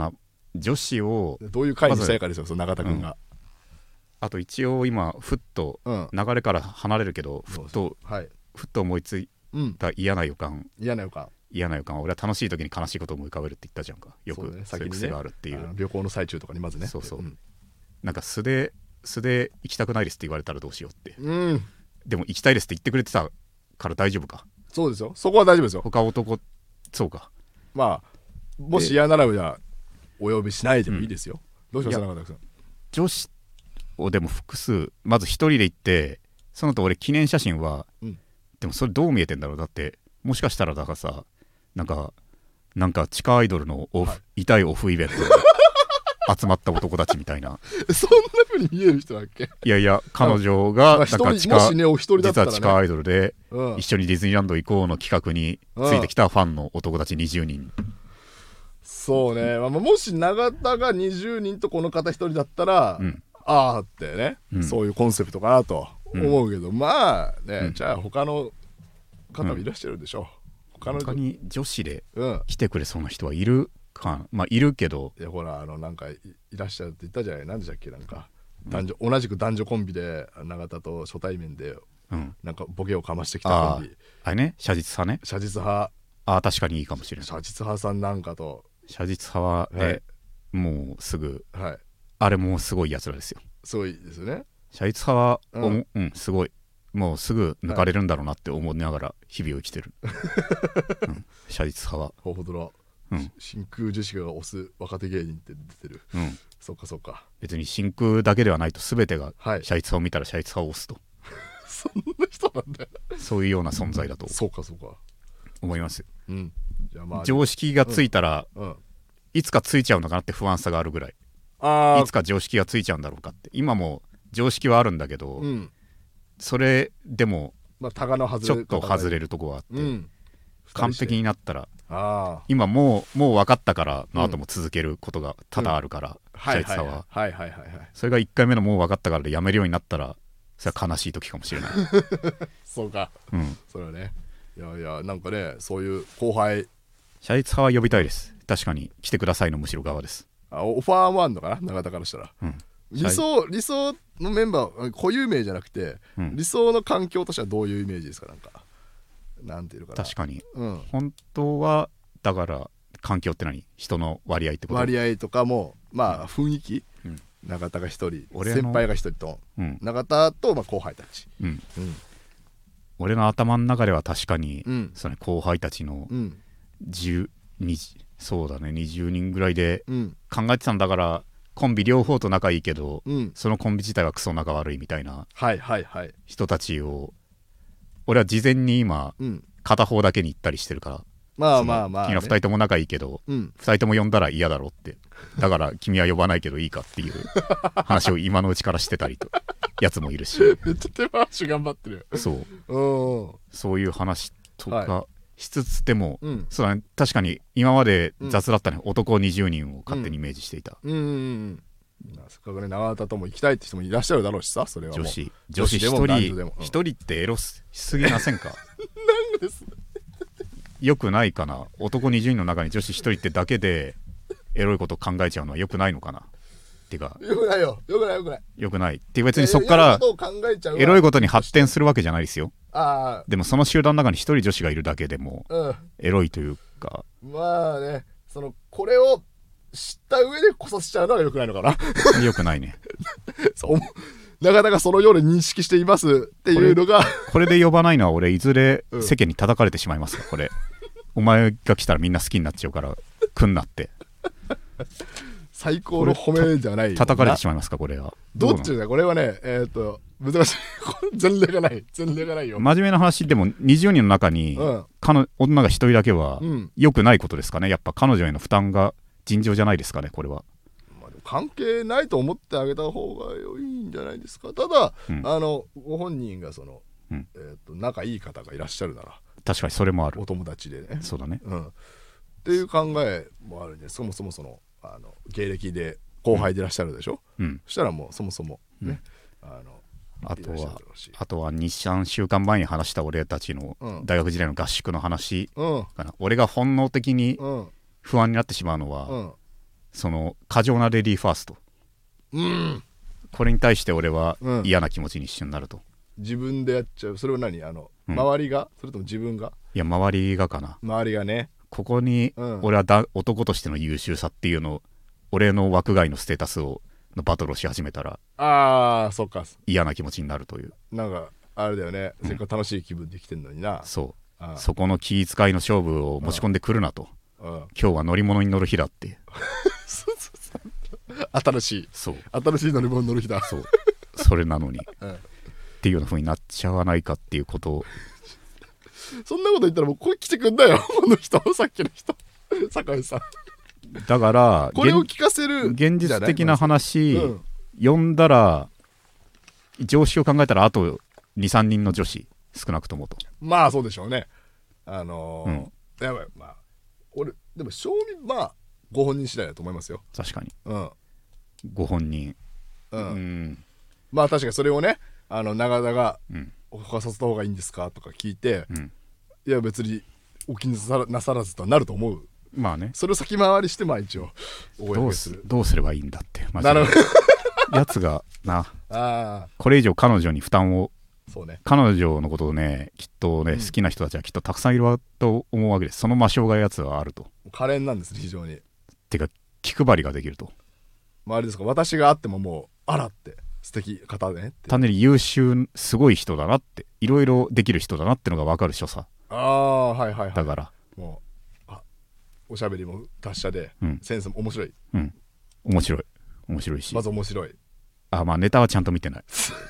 [SPEAKER 1] 女子を
[SPEAKER 2] どういう回にしたいかですよ、その永田君が、うん、
[SPEAKER 1] あと一応今ふっと流れから離れるけど、うん、ふっと、はい、ふっと思いついた嫌な予感、うん、
[SPEAKER 2] 嫌な予感
[SPEAKER 1] 嫌な予感俺は楽しい時に悲しいことを思い浮かべるって言ったじゃんか、よくそう、ね、そういう癖があるっていう、
[SPEAKER 2] ね、旅行の最中とかにまずね、
[SPEAKER 1] そうそう、うん、なんか素で素で行きたくないですって言われたらどうしようって、うん、でも行きたいですって言ってくれてたから大丈夫か。
[SPEAKER 2] そうですよ、そこは大丈夫ですよ。
[SPEAKER 1] 他男そうか、
[SPEAKER 2] まあもし嫌ならじゃお呼びしないでもいいですよ、うん、どうしますか中田さん。
[SPEAKER 1] 女子をでも複数まず一人で行ってその後俺記念写真は、うん、でもそれどう見えてんだろう。だってもしかしたらだからさなんかなんか地下アイドルのオフ、はい、痛いオフイベントで集まった男たちみたいな
[SPEAKER 2] そんな風に見える人だっけ。
[SPEAKER 1] いやいや彼女がなんか地下、
[SPEAKER 2] もしねお一人だったらね、
[SPEAKER 1] 実は地下アイドルで、うん、一緒にディズニーランド行こうの企画についてきたファンの男たちにじゅうにん、うん、
[SPEAKER 2] そうね、まあ、もし永田がにじゅうにんとこの方一人だったら、うん、ああってね、うん、そういうコンセプトかなと思うけど、うん、まあね、うん、じゃあ他の方もいらっしゃるでしょう、うん、
[SPEAKER 1] 他, の他に女子で来てくれそうな人はいるか、まあいるけど、
[SPEAKER 2] いやほらあのなんか い, いらっしゃるって言ったじゃない、何でしたっけ、なんか男女、うん、同じく男女コンビで永田と初対面で、うん、なんかボケをかましてきたコンビ、
[SPEAKER 1] あれね、写実派ね、
[SPEAKER 2] 写実派、
[SPEAKER 1] あ確かにいいかもしれない。
[SPEAKER 2] 写実派さんなんかと
[SPEAKER 1] 写実派はね、はい、もうすぐ、はい、あれもうすごいやつらですよ。
[SPEAKER 2] すごいですね。
[SPEAKER 1] 写実派は、うんうん、すごいもうすぐ抜かれるんだろうなって思いながら日々を生きてる、うん、写実派は
[SPEAKER 2] ほほどら、うん、真空ジェシカが推す若手芸人って出てる、うん、そっかそっか。
[SPEAKER 1] 別に真空だけではないと全てが写実派を見たら写実派を推すと、
[SPEAKER 2] そんな人なんだよ。
[SPEAKER 1] そういうような存在だと
[SPEAKER 2] そうかそうか
[SPEAKER 1] 思います、
[SPEAKER 2] うん、じゃあまあ
[SPEAKER 1] 常識がついたら、うんうん、いつかついちゃうのかなって不安さがあるぐらい、あいつか常識がついちゃうんだろうかって。今も常識はあるんだけど、うん、それでもちょっと外れるとこはあって、うん、完璧になったらあ今もうもう分かったからの後も続けることが多々あるから、写実さはそれがいっかいめのもう分かったからでやめるようになったらそれは悲しい時かもしれない
[SPEAKER 2] そうか、うん、それはね、いやいやなんかねそういう後輩
[SPEAKER 1] 写実派は呼びたいです。確かに来てくださいのむしろ側です。
[SPEAKER 2] あオファーもあんのかな永田からしたら、うん、理想理想のメンバー固有名じゃなくて、うん、理想の環境としてはどういうイメージですか。なんかなんていうのかな。
[SPEAKER 1] 確かに、うん、本当はだから環境って何、人の割合ってこと。
[SPEAKER 2] 割合とかもまあ雰囲気、うん、永田が一人先輩が一人と、うん、永田とまあ後輩たち、うんうん、
[SPEAKER 1] 俺の頭の中では確かに、うん、その後輩たちのじゅうにそうだねにじゅうにんぐらいで考えてたんだから、コンビ両方と仲いいけど、うん、そのコンビ自体はクソ仲悪いみたいな人たちを俺は事前に今、うん、片方だけに行ったりしてるから、まあまあまあ、ね、君はふたりとも仲いいけど、うん、ふたりとも呼んだら嫌だろって、だから君は呼ばないけどいいかっていう話を今のうちからしてたりとやつもいるし
[SPEAKER 2] めっちゃ手回し頑張ってる。
[SPEAKER 1] そうそういう話とかしつつでも、うん、そうだね、確かに今まで雑だったね、うん、男にじゅうにんを勝手にイメージしていた、うんうんうんうん、
[SPEAKER 2] せっかくね永田とも行きたいって人もいらっしゃるだろうしさ、それはもう
[SPEAKER 1] 女子女子一人一人ってエロしすぎませんか
[SPEAKER 2] なんです
[SPEAKER 1] よくないかな。男にじゅうにんの中に女子一人ってだけでエロいこと考えちゃうのはよくないのかなっていうか、
[SPEAKER 2] よくないよよくないよくない
[SPEAKER 1] よくないっていう、別にそっからエロいことに発展するわけじゃないですよ。あでもその集団の中に一人女子がいるだけでも、うん、エロいというか、
[SPEAKER 2] まあね、そのこれを知った上でこそしちゃうのはよくないのかな
[SPEAKER 1] よくないね
[SPEAKER 2] そうなかなかそのように認識していますっていうのが
[SPEAKER 1] こ れ, これで呼ばないのは俺いずれ世間に叩かれてしまいますか、うん、これお前が来たらみんな好きになっちゃうから来んなって
[SPEAKER 2] 最高の褒めじゃない
[SPEAKER 1] 叩かれてしまいますか。これは
[SPEAKER 2] どっちだこれはね、えっ、ー、と難しい前例がない前例がないよ。
[SPEAKER 1] 真面目な話でもにじゅうにんの中に、うん、彼女が一人だけは良くないことですかね。やっぱ彼女への負担が尋常じゃないですかね、これは。
[SPEAKER 2] まあ、関係ないと思ってあげた方が良いんじゃないですか。ただ、うん、あのご本人がその、うんえー、と仲いい方がいらっしゃるなら、
[SPEAKER 1] 確かにそれもある。
[SPEAKER 2] お友達でね、
[SPEAKER 1] そうだね、うん、
[SPEAKER 2] っていう考えもあるんで、そもそもそのあの芸歴で後輩でいらっしゃるでしょ、うん、そしたらもうそもそもね、うん、あの
[SPEAKER 1] あとはあとは にさんしゅうかんまえに話した俺たちの大学時代の合宿の話かな、うん、俺が本能的に不安になってしまうのは、うん、 その過剰なレディーファースト、
[SPEAKER 2] うん、
[SPEAKER 1] これに対して俺は嫌な気持ちに一瞬なると、
[SPEAKER 2] うん、自分でやっちゃう。それは何、あの、うん、周りが、それとも自分が？
[SPEAKER 1] いや周りがかな。
[SPEAKER 2] 周りがね。
[SPEAKER 1] ここに俺はだ、男としての優秀さっていうのを、俺の枠外のステータスをのバトルをし始めたら、
[SPEAKER 2] ああそっか、
[SPEAKER 1] 嫌な気持ちになるという。
[SPEAKER 2] なんかあれだよね、せっかく楽しい気分で生きてんのにな、うん、
[SPEAKER 1] そうああ、そこの気遣いの勝負を持ち込んでくるなと、うん、今日は乗り物に乗る日だって
[SPEAKER 2] 新しい、
[SPEAKER 1] そう
[SPEAKER 2] 新しい乗り物に乗る日だ、
[SPEAKER 1] そうそれなのに、うん、っていうような風になっちゃわないかっていうことを
[SPEAKER 2] そんなこと言ったらもうこれ来てくんだよこの人、さっきの人坂井さん
[SPEAKER 1] だから
[SPEAKER 2] これを聞かせる
[SPEAKER 1] 現実的な話、うん、読んだら常識を考えたらあと にさんにんの女子少なくともと。
[SPEAKER 2] まあそうでしょうね。あのーうん、やばい、まあ俺でも正味まあご本人次第だと思いますよ。
[SPEAKER 1] 確かに、
[SPEAKER 2] うん、
[SPEAKER 1] ご本人、
[SPEAKER 2] うんうん、まあ確かにそれをね、あの永田が、うん、他させた方がいいんですかとか聞いて、うん、いや別にお気になさらずとはなると思う。
[SPEAKER 1] まあね、
[SPEAKER 2] それを先回りしてまあ一応
[SPEAKER 1] どうするどうすればいいんだってマジでやつがなあ、これ以上彼女に負担を、
[SPEAKER 2] そうね、
[SPEAKER 1] 彼女のことをねきっとね、うん、好きな人たちはきっとたくさんいると思うわけです。その魔性がやつはあると。
[SPEAKER 2] 可憐なんですね非常に。
[SPEAKER 1] てか気配りができると。
[SPEAKER 2] 周りですか、私があってももうあらって素敵方ねって、
[SPEAKER 1] 単に優秀すごい人だなって、いろいろできる人だなってのが分かる所作。
[SPEAKER 2] ああはいはいはい。
[SPEAKER 1] だから
[SPEAKER 2] もうおしゃべりも達者で、うん、センスも面白い、
[SPEAKER 1] うん、面白い面白いし、
[SPEAKER 2] まず面白い。
[SPEAKER 1] あ、まあネタはちゃんと見てない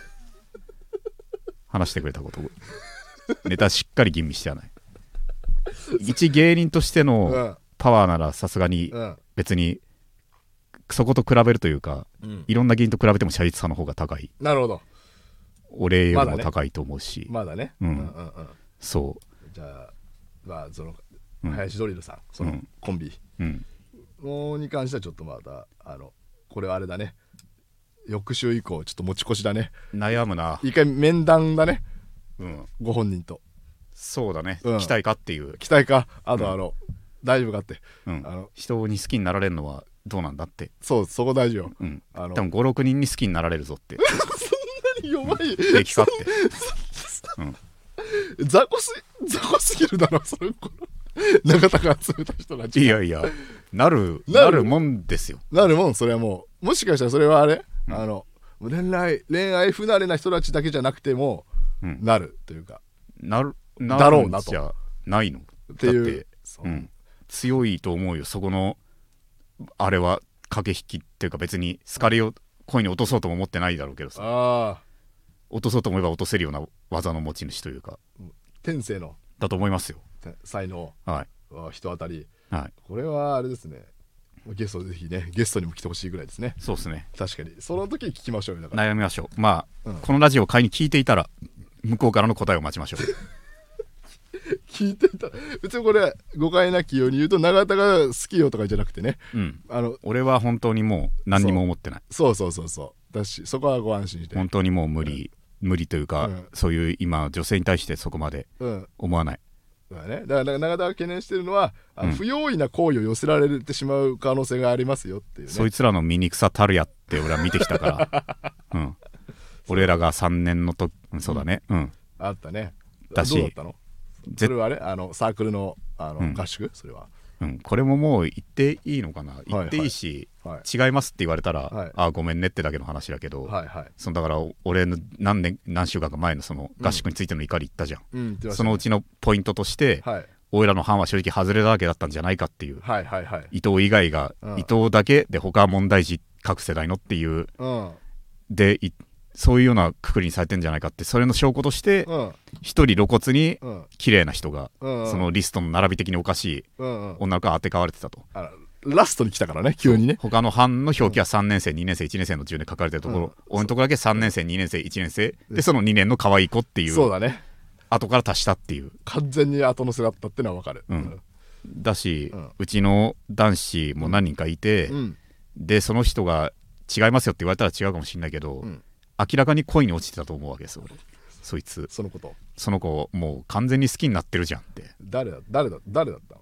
[SPEAKER 1] 話してくれたことネタしっかり吟味してはない一芸人としてのパワーならさすがに別にそこと比べるというか、うん、いろんな芸人と比べても写実さの方が高い。
[SPEAKER 2] なるほど。
[SPEAKER 1] 俺よりも高いと思うし、
[SPEAKER 2] まだね、
[SPEAKER 1] うんうんうんうん、そう
[SPEAKER 2] じゃあまあその林ドリルさん、そのコンビのに関してはちょっとまたあのこれはあれだね、翌週以降ちょっと持ち越しだね。
[SPEAKER 1] 悩むな。
[SPEAKER 2] 一回面談だね、うん、ご本人と。
[SPEAKER 1] そうだね、うん、期待かっていう
[SPEAKER 2] 期待か、あとあの、うん、大丈夫かって、
[SPEAKER 1] うん、あの人に好きになられるのはどうなんだって。
[SPEAKER 2] そう、そこ大事よ、
[SPEAKER 1] うん、あの多分ごろくにんに好きになられるぞって
[SPEAKER 2] そんなに弱い
[SPEAKER 1] 平気かって、
[SPEAKER 2] うん、雑魚す雑魚すぎるだろそれ永田が集めた人たち。
[SPEAKER 1] いやいやなるなるもんですよ。
[SPEAKER 2] なるもん、それはもうもしかしたらそれはあれ、うん、あの恋愛恋愛不慣れな人たちだけじゃなくても、うん、なるというか
[SPEAKER 1] なる
[SPEAKER 2] なるだろうなと
[SPEAKER 1] じゃないの
[SPEAKER 2] っていう、だって、
[SPEAKER 1] うん、強いと思うよそこのあれは駆け引きっていうか、別に好かれよう恋に落とそうとも思ってないだろうけどさ、
[SPEAKER 2] あ
[SPEAKER 1] 落とそうと思えば落とせるような技の持ち主というか
[SPEAKER 2] 天性の
[SPEAKER 1] だと思いますよ
[SPEAKER 2] 才能、
[SPEAKER 1] はい、
[SPEAKER 2] 人当たり、
[SPEAKER 1] はい、
[SPEAKER 2] これはあれですね、ゲストぜひねゲストにも来てほしいぐらいですね。
[SPEAKER 1] そうですね、
[SPEAKER 2] 確かにその時に聞きましょうよ。だから
[SPEAKER 1] 悩みましょう。まあ、うん、このラジオを買いに聞いていたら向こうからの答えを待ちましょう
[SPEAKER 2] 聞いていたら別にこれ誤解なきように言うと永田が好きよとかじゃなくてね、
[SPEAKER 1] うん、あの俺は本当にもう何にも思ってない。
[SPEAKER 2] そうそうそうそうだし、そこはご安心して。
[SPEAKER 1] 本当にもう無理、うん、無理というか、うん、そういう今女性に対してそこまで思わない、
[SPEAKER 2] うん、だからね、だから永田が懸念してるのは、あの不用意な行為を寄せられてしまう可能性がありますよっていうね。
[SPEAKER 1] そいつらの醜さたるやって俺は見てきたから、うん、俺らがさんねんのとそうだね、うんうん、
[SPEAKER 2] あったね。
[SPEAKER 1] だし
[SPEAKER 2] どうだったのそれはあれ、あのサークルの、あの、うん、合宿、それは、
[SPEAKER 1] うん、これももう言っていいのかな、言っていいし、はいはい、違いますって言われたら、はい、あごめんねってだけの話だけど、はいはい、そのだから俺の何年何週間か前のその合宿についての怒り言ったじゃん、うんうん、そのうちのポイントとして、はい、俺らの班は正直外れだらけだったんじゃないかっていう、はいはいはい、伊藤以外が、うん、伊藤だけで他は問題児各世代のっていう、うん、でいそういうようなくくりにされてんじゃないかって、それの証拠として一、うん、人露骨に綺麗な人が、うんうん、そのリストの並び的におかしい女の子が当て替われてたと、
[SPEAKER 2] うんうん、ラストに来たからね急にね。
[SPEAKER 1] 他の班の表記はさんねん生、うん、にねん生、いちねん生の順で書かれてるところ、うん、俺のところだけさんねん生、にねん生、いちねん生でそのにねんの可愛い子っていう、
[SPEAKER 2] そうだね、
[SPEAKER 1] 後から足したっていう、
[SPEAKER 2] 完全に後乗せだったってのは分かる、
[SPEAKER 1] うん、だし、うん、うちの男子も何人かいて、うん、でその人が違いますよって言われたら違うかもしれないけど、うん、明らかに恋に落ちてたと思うわけですよ俺。そいつ
[SPEAKER 2] そのこと
[SPEAKER 1] その子もう完全に好きになってるじゃんって。
[SPEAKER 2] 誰だ誰だ誰だったの？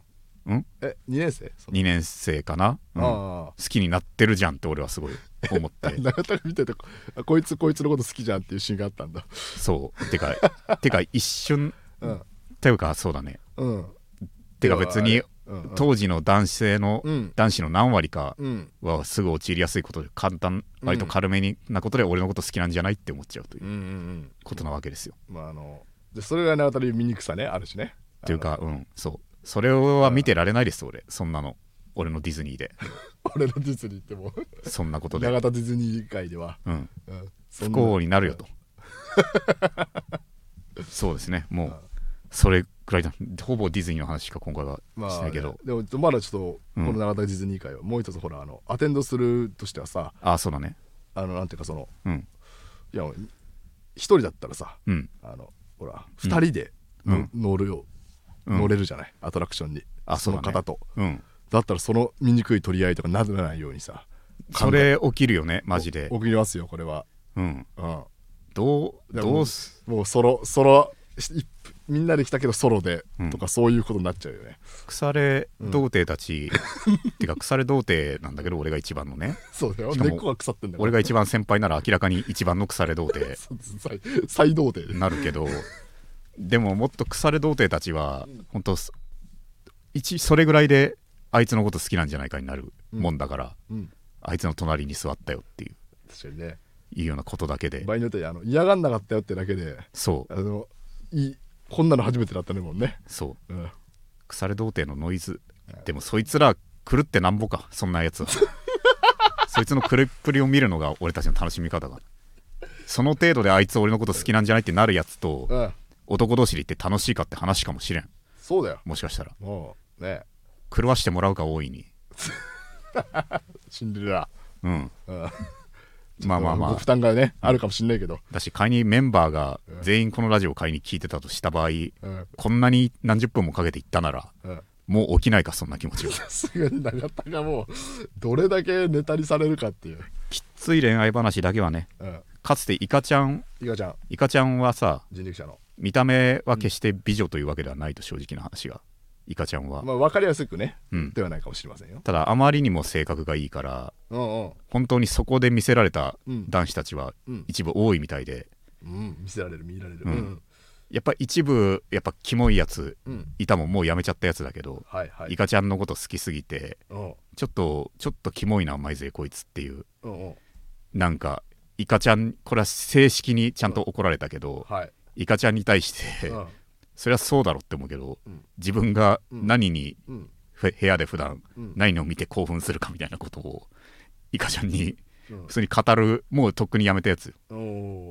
[SPEAKER 1] ん
[SPEAKER 2] えにねん生
[SPEAKER 1] にねん生かな、うん、好きになってるじゃんって俺はすごい思って
[SPEAKER 2] 永田が見てて こ, こいつこいつのこと好きじゃんっていうシーンがあったんだ。
[SPEAKER 1] そうてかてか一瞬、うん、っていうかそうだね、うん、てか別に、うんうん、当時の男性の、うん、男子の何割かはすぐ陥りやすいことで簡単、うん、割と軽めになことで俺のこと好きなんじゃないって思っちゃうということなわけですよ、
[SPEAKER 2] うんうんうん、まああのでそれが永田の醜さねあるしね
[SPEAKER 1] っていうかうんそうそれは見てられないです俺そんなの俺のディズニーで
[SPEAKER 2] 俺のディズニーっても
[SPEAKER 1] そんなことで
[SPEAKER 2] 永田ディズニー界では、うん
[SPEAKER 1] うん、不幸になるよとそうですねもうそれくらいだほぼディズニーの話しか今回はしないけど、
[SPEAKER 2] まあね、でもまだちょっとこの永田ディズニー界はもう一つほらあのアテンドするとしてはさ
[SPEAKER 1] あそうだね
[SPEAKER 2] あのなんていうかその、うん、いや一人だったらさ、うん、あのほら二人で、うん、乗るよ乗れるじゃない、うん、アトラクションにあその方と、うん、だったらその醜い取り合いとかならないようにさ
[SPEAKER 1] それ起きるよねマジで
[SPEAKER 2] 起きますよこれはうん、
[SPEAKER 1] うん、どうどうす
[SPEAKER 2] もうソロソロみんなで来たけどソロで、うん、とかそういうことになっちゃうよね
[SPEAKER 1] 腐れ童貞たち、うん、ってか腐れ童貞なんだけど俺が一番のね
[SPEAKER 2] そうだよ根っこが腐ってんだから
[SPEAKER 1] 俺が一番先輩なら明らかに一番の腐れ童貞
[SPEAKER 2] 最童貞
[SPEAKER 1] なるけどでももっと腐れ童貞たちは、うん、本当一それぐらいであいつのこと好きなんじゃないかになるもんだから、うんうん、あいつの隣に座ったよっていう
[SPEAKER 2] 確かにね
[SPEAKER 1] いうようなことだけで
[SPEAKER 2] 場合によってはあの嫌がんなかったよってだけで
[SPEAKER 1] そう
[SPEAKER 2] あのいこんなの初めてだったねもんね
[SPEAKER 1] そう、うん、腐れ童貞のノイズでもそいつら狂ってなんぼかそんなやつはそいつの狂いっぷりを見るのが俺たちの楽しみ方がその程度であいつ俺のこと好きなんじゃないってなるやつと、うん、男同士で行って楽しいかって話かもしれん
[SPEAKER 2] そうだよ
[SPEAKER 1] もしかしたら
[SPEAKER 2] もうね
[SPEAKER 1] 狂わしてもらうか大いに
[SPEAKER 2] シンデレラうん、うん
[SPEAKER 1] まあまあまあ
[SPEAKER 2] 負担がねあるかもしれないけど
[SPEAKER 1] だし仮にメンバーが全員このラジオを買いに聞いてたとした場合、うん、こんなに何十分もかけて行ったなら、うん、もう起きないかそんな気持ちが
[SPEAKER 2] さすがに永田がもうどれだけネタにされるかっていう
[SPEAKER 1] きっつい恋愛話だけはね、うん、かつてイカちゃん
[SPEAKER 2] イカちゃん
[SPEAKER 1] イカちゃんはさ
[SPEAKER 2] 人力車の
[SPEAKER 1] 見た目は決して美女というわけではないと正直な話がイカちゃんは、
[SPEAKER 2] まあ、分かりやすくね、うん、ではないかもしれませんよ
[SPEAKER 1] ただあまりにも性格がいいから、うんうん、本当にそこで見せられた男子たちは一部多いみたいで、
[SPEAKER 2] うんうん、見せられる見られる、
[SPEAKER 1] うんうん、やっぱ一部やっぱキモいやつ、うん、いたもんもうやめちゃったやつだけど、はいはい、イカちゃんのこと好きすぎて、うん、ちょっとちょっとキモいなお前ぜこいつっていう、うんうん、なんかイカちゃんこれは正式にちゃんと怒られたけど、うんはい、イカちゃんに対して、うんそれはそうだろって思うけど、うん、自分が何に、うん、部屋で普段何を見て興奮するかみたいなことをイカちゃんに普通に語るもうとっくにやめたやつ、うん、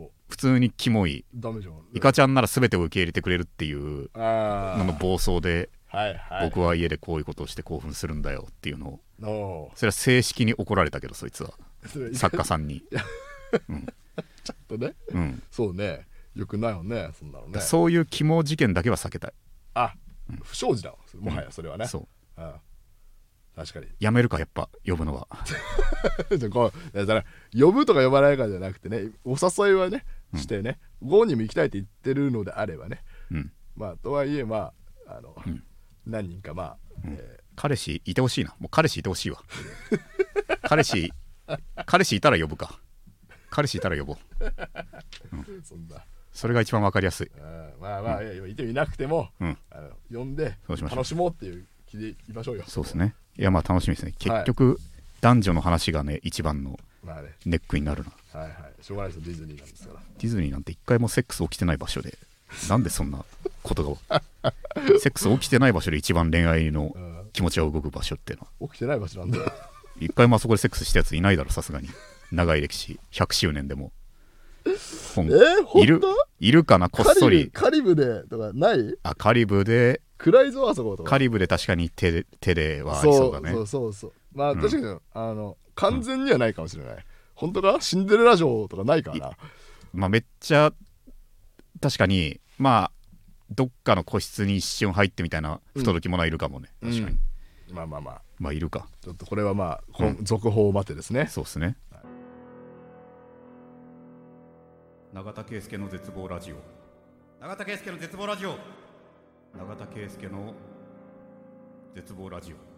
[SPEAKER 1] 普通にキモい
[SPEAKER 2] ダメじゃん
[SPEAKER 1] イカちゃんなら全てを受け入れてくれるっていうのの暴走で、はいはい、僕は家でこういうことをして興奮するんだよっていうのをそれは正式に怒られたけどそいつは作家さんに、
[SPEAKER 2] うん、ちょっとね、うん、そうねよくないよねそんなのね
[SPEAKER 1] そういう肝事件だけは避けたい
[SPEAKER 2] あ、うん、不祥事だもはやそれはね、うん、
[SPEAKER 1] そう、
[SPEAKER 2] うん、確かに
[SPEAKER 1] やめるかやっぱ呼ぶのは
[SPEAKER 2] こうだから呼ぶとか呼ばないかじゃなくてねお誘いはねしてね、うん、ゴーにも行きたいって言ってるのであればね、うん、まあとはいえまああの、うん、何人かまあ、うん
[SPEAKER 1] えー、彼氏いてほしいなもう彼氏いてほしいわ彼氏彼氏いたら呼ぶか彼氏いたら呼ぼう、うん、そんなそれが一番わかりやすい。
[SPEAKER 2] あまあまあ、うん、いていなくても、うん、あの呼んで楽しもうっていう気でいましょうよ。
[SPEAKER 1] そうですね。いやまあ楽しみですね。結局、はい、男女の話がね一番のネックになるな。
[SPEAKER 2] まあね、はいはい。しょうがないですよディズニーなんですから。
[SPEAKER 1] ディズニーなんて一回もセックス起きてない場所でなんでそんなことがセックス起きてない場所で一番恋愛の気持ちが動く場所っていうの
[SPEAKER 2] は起きてない場所なんだ。
[SPEAKER 1] 一回もあそこでセックスしたやついないだろさすがに。長い歴史ひゃくしゅうねんでも。
[SPEAKER 2] えー、
[SPEAKER 1] いるいるかなこっそり
[SPEAKER 2] カリブでとかない
[SPEAKER 1] あカリブで
[SPEAKER 2] 暗いぞあそことか
[SPEAKER 1] カリブで確かに手で手ではありそうだね
[SPEAKER 2] そうそうそうまあ、うん、確かにあの完全にはないかもしれない、うん、本当かシンデレラ城とかないかな
[SPEAKER 1] まあめっちゃ確かにまあどっかの個室に一瞬入ってみたいな不届き者はいるかもね、うん、確かに、
[SPEAKER 2] うん、まあまあまあ
[SPEAKER 1] まあいるか
[SPEAKER 2] ちょっとこれはまあ、うん、続報を待ってですね
[SPEAKER 1] そうですね永田圭介の絶望ラジオ永田圭介の絶望ラジオ永田圭介の絶望ラジオ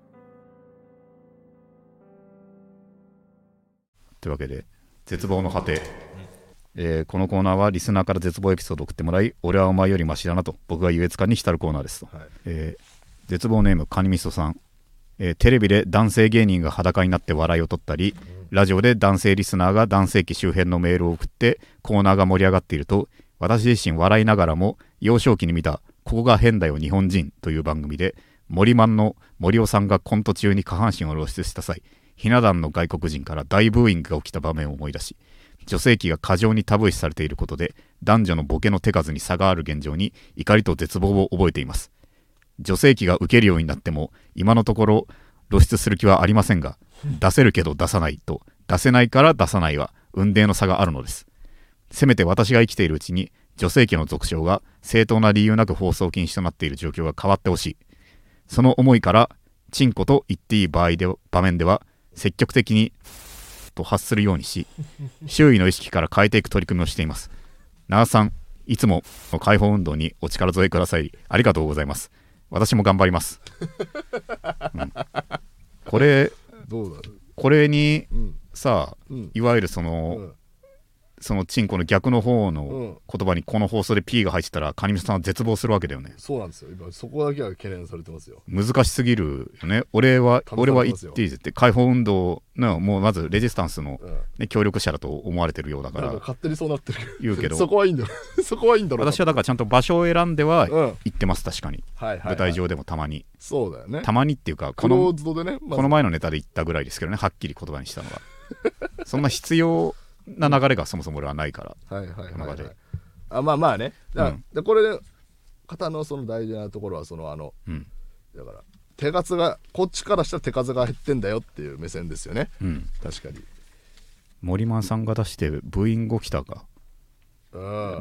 [SPEAKER 1] というわけで、絶望の果て、えー、このコーナーはリスナーから絶望エピソードを送ってもらい、俺はお前よりマシだなと僕が優越感に浸るコーナーですと、はい。えー、絶望ネームカニミソさん、えー、テレビで男性芸人が裸になって笑いを取ったり、うん、ラジオで男性リスナーが男性器周辺のメールを送ってコーナーが盛り上がっていると、私自身笑いながらも幼少期に見たここが変だよ日本人という番組で森マンの森尾さんがコント中に下半身を露出した際、ひな壇の外国人から大ブーイングが起きた場面を思い出し、女性器が過剰にタブー視されていることで男女のボケの手数に差がある現状に怒りと絶望を覚えています。女性器が受けるようになっても今のところ露出する気はありませんが、出せるけど出さないと出せないから出さないは雲泥の差があるのです。せめて私が生きているうちに女性器の俗称が正当な理由なく放送禁止となっている状況が変わってほしい。その思いからチンコと言っていい場合で場面では積極的にと発するようにし、周囲の意識から変えていく取り組みをしています。長さん、いつも解放運動にお力添えくださりありがとうございます。私も頑張ります、うん、これ
[SPEAKER 2] どうだ
[SPEAKER 1] これに、うん、さあ、うん、いわゆるその、うん、そのチンコの逆の方の言葉にこの放送で P が入ってたらカニミソさんは絶望するわけだよね。
[SPEAKER 2] そうなんですよ。今そこだけは懸念されてますよ。
[SPEAKER 1] 難しすぎるよね。俺は俺は言っていいぜって解放運動のもうまずレジスタンスの、ねうん、協力者だと思われてるようだから。
[SPEAKER 2] なんか勝手にそうなってる
[SPEAKER 1] 言うけど
[SPEAKER 2] そこはいいんだろそこはいいんだろう。
[SPEAKER 1] 私はだからちゃんと場所を選んでは言ってます、うん、確かに、はいはいはい、舞台上でもたまに。
[SPEAKER 2] そうだよね。
[SPEAKER 1] たまにっていうかこの、
[SPEAKER 2] ねま、
[SPEAKER 1] この前のネタで言ったぐらいですけどね、はっきり言葉にしたのはそんな必要な流れがそもそも俺はないから、
[SPEAKER 2] はいはいはい、はい、あまあまあねだから、うん、でこれで方のその大事なところはそのあの、うん、だから手数がこっちからしたら手数が減ってんだよっていう目線ですよね、うん、確かに
[SPEAKER 1] 森マンさんが出してブーイング起きたか、うん、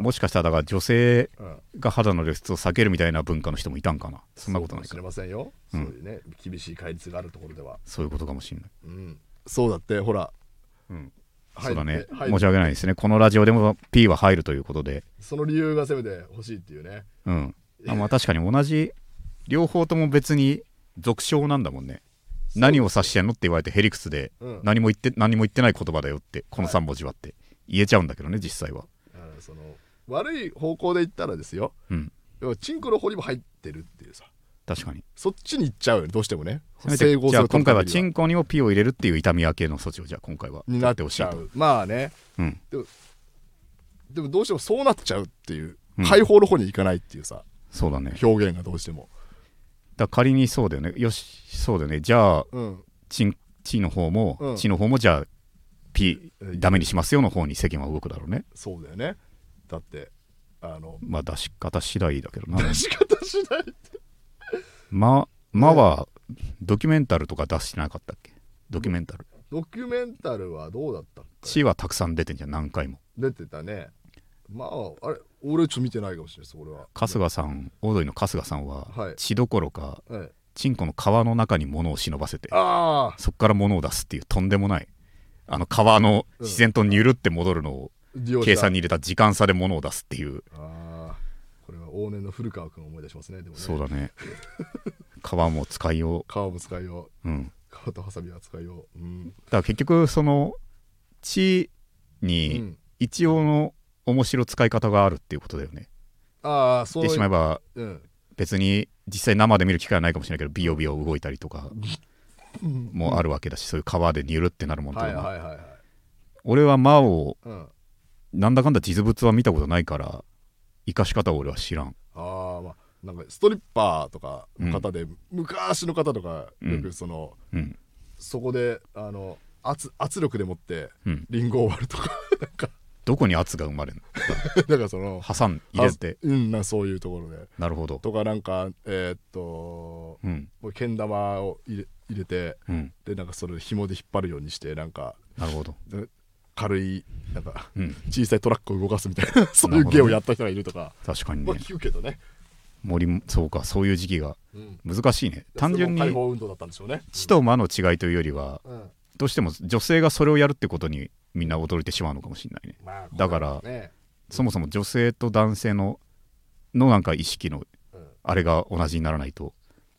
[SPEAKER 1] もしかしたらだから女性が肌の露出を避けるみたいな文化の人もいたんかな。そんなことないか。
[SPEAKER 2] そうかもしれませんよ、うん、そういうね厳しい戒律があるところでは
[SPEAKER 1] そういうことかもしれない、
[SPEAKER 2] うん、そうだってほら、
[SPEAKER 1] うんそうだね、申し訳ないですね。このラジオでも P は入るということで、
[SPEAKER 2] その理由がせめて欲しいっていうね。
[SPEAKER 1] うん。あまあ確かに同じ両方とも別に俗称なんだもんね。何を指してんのって言われてヘリクスで、うん、何も言って何も言ってない言葉だよってこのさん文字はって言えちゃうんだけどね、実際は。
[SPEAKER 2] あその悪い方向で言ったらですよ。うん。要はチンコの掘りも入ってるっていうさ。
[SPEAKER 1] 確かに
[SPEAKER 2] そっちに行っちゃうよね、どうしてもね。
[SPEAKER 1] 整合性を取るためにはじゃあ今回はチンコにもピを入れるっていう痛み分けの措置をじゃあ今回は
[SPEAKER 2] になってほしいと。まあね、うん、でもでもどうしてもそうなっちゃうっていう、うん、解放の方に行かないっていうさ、
[SPEAKER 1] そうだね、
[SPEAKER 2] 表現がどうしても
[SPEAKER 1] だ仮にそうだよね。よしそうだよね。じゃあ、うん、チンチの方も、うん、チの方もじゃあピダメにしますよの方に世間は動くだろうね。
[SPEAKER 2] そうだよね。だってあの
[SPEAKER 1] まあ出し方次第だけどな。
[SPEAKER 2] 出し方次第って
[SPEAKER 1] ままはドキュメンタルとか出してなかったっけ。ドキュメンタル
[SPEAKER 2] ドキュメンタルはどうだったっけ。
[SPEAKER 1] チはたくさん出てんじゃん、何回も
[SPEAKER 2] 出てたね。まああれ俺ちょっと見てないかもしれないです。俺は
[SPEAKER 1] 春日さん、オードリーの春日さんは、はい、血どころか、はい、チンコの皮の中に物を忍ばせてあそっから物を出すっていうとんでもないあの皮の自然とニュルって戻るのを、うん、計算に入れた時間差で物を出すっていう。
[SPEAKER 2] あこれは往年の古川君を思い出しますね。でもね
[SPEAKER 1] そうだね皮も使いよう。
[SPEAKER 2] 皮も使いよう、うん、皮とハサミは使いよう、うん、
[SPEAKER 1] だから結局その血に一応の面白使い方があるっていうことだよね、
[SPEAKER 2] うん、ああそう
[SPEAKER 1] 言ってしまえば、うん、別に実際生で見る機会はないかもしれないけどビヨビヨ動いたりとかもあるわけだし、そういう皮でニュルってなるものとか、はいはいはいはい、俺は魔を、うん、なんだかんだ実物は見たことないから生かし方を俺は知らん。
[SPEAKER 2] ああまあなんかストリッパーとかの方で、うん、昔の方とかよくその、うん、そこであの 圧, 圧力でもってリンゴを割るとか、うん、なんか
[SPEAKER 1] どこに圧が生まれる
[SPEAKER 2] のだからその
[SPEAKER 1] 挟ん入れて、
[SPEAKER 2] うん、なんかそういうところで。
[SPEAKER 1] なるほど。
[SPEAKER 2] とかなんかえー、っと、うん、けん玉を入れ、入れて、うん、でなんかそれ紐で引っ張るようにしてなんか
[SPEAKER 1] なるほど
[SPEAKER 2] 軽いなんか、うん、小さいトラックを動かすみたいなそういう芸をやった人がいるとか、
[SPEAKER 1] 確かにね、
[SPEAKER 2] まあ、聞くけどね。
[SPEAKER 1] 森そうか、そういう時期が難しいね、うん、単純に
[SPEAKER 2] 血
[SPEAKER 1] と魔の違いというよりは、うん、どうしても女性がそれをやるってことにみんな驚いてしまうのかもしれないね、まあ、だから、ね、そもそも女性と男性ののなんか意識のあれが同じにならないと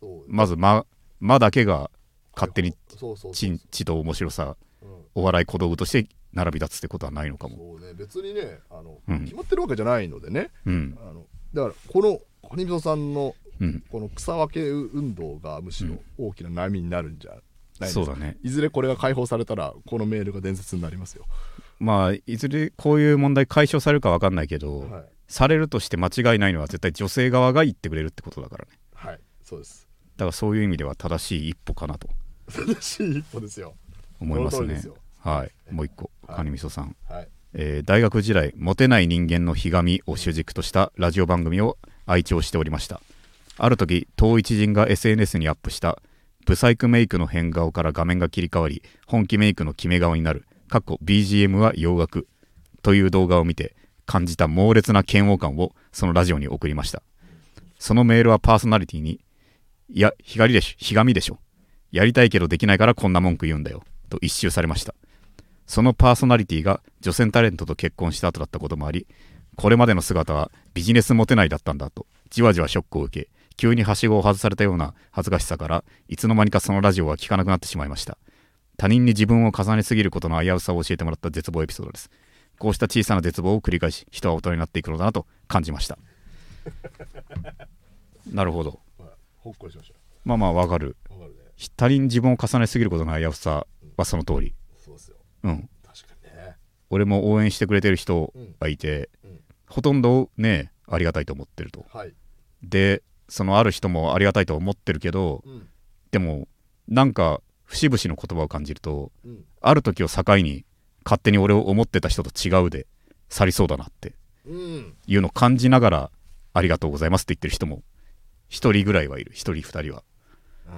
[SPEAKER 1] まず間間だけが勝手に知と面白さ、うん、お笑い小道具として並び立つってことはないのかも。
[SPEAKER 2] そうね、別にねあの、うん、決まってるわけじゃないのでね、
[SPEAKER 1] うん、
[SPEAKER 2] あのだからこのカニみそさんの、うん、この草分け運動がむしろ大きな波になるんじゃないですか、
[SPEAKER 1] うん、そうだね。
[SPEAKER 2] いずれこれが解放されたらこのメールが伝説になりますよ。
[SPEAKER 1] まあいずれこういう問題解消されるか分かんないけど、はい、されるとして間違いないのは絶対女性側が言ってくれるってことだからね。
[SPEAKER 2] はい、そうです。
[SPEAKER 1] だからそういう意味では正しい一歩かなと
[SPEAKER 2] 正しい一歩ですよ。
[SPEAKER 1] 思いますね。はい、もう一個、はい、カニみそさん、
[SPEAKER 2] はい、
[SPEAKER 1] えー、大学時代モテない人間のひがみを主軸としたラジオ番組を愛聴しておりました。ある時当一人が エスエヌエス にアップしたブサイクメイクの変顔から画面が切り替わり本気メイクの決め顔になるビージーエム は洋楽という動画を見て感じた猛烈な嫌悪感をそのラジオに送りました。そのメールはパーソナリティにいやひがりでしょひがみでしょやりたいけどできないからこんな文句言うんだよと一蹴されました。そのパーソナリティが女性タレントと結婚した後だったこともありこれまでの姿はビジネスモテないだったんだとじわじわショックを受け急にはしごを外されたような恥ずかしさからいつの間にかそのラジオは聞かなくなってしまいました。他人に自分を重ねすぎることの危うさを教えてもらった絶望エピソードです。こうした小さな絶望を繰り返し人は大人になっていくのだなと感じましたなるほど、
[SPEAKER 2] ほっこりしました。
[SPEAKER 1] まあまあわかる。
[SPEAKER 2] わかるね。
[SPEAKER 1] 他人に自分を重ねすぎることの危うさはその通り、うん、
[SPEAKER 2] そうですよ。
[SPEAKER 1] うん
[SPEAKER 2] 確かにね。
[SPEAKER 1] 俺も応援してくれてる人がいて、うんうん、ほとんどねありがたいと思ってると、
[SPEAKER 2] はい、
[SPEAKER 1] でそのある人もありがたいと思ってるけど、うん、でもなんか節々の言葉を感じると、うん、ある時を境に勝手に俺を思ってた人と違うで去りそうだなっていうのを感じながらありがとうございますって言ってる人も一人ぐらいはいる。一人二人は。
[SPEAKER 2] うん、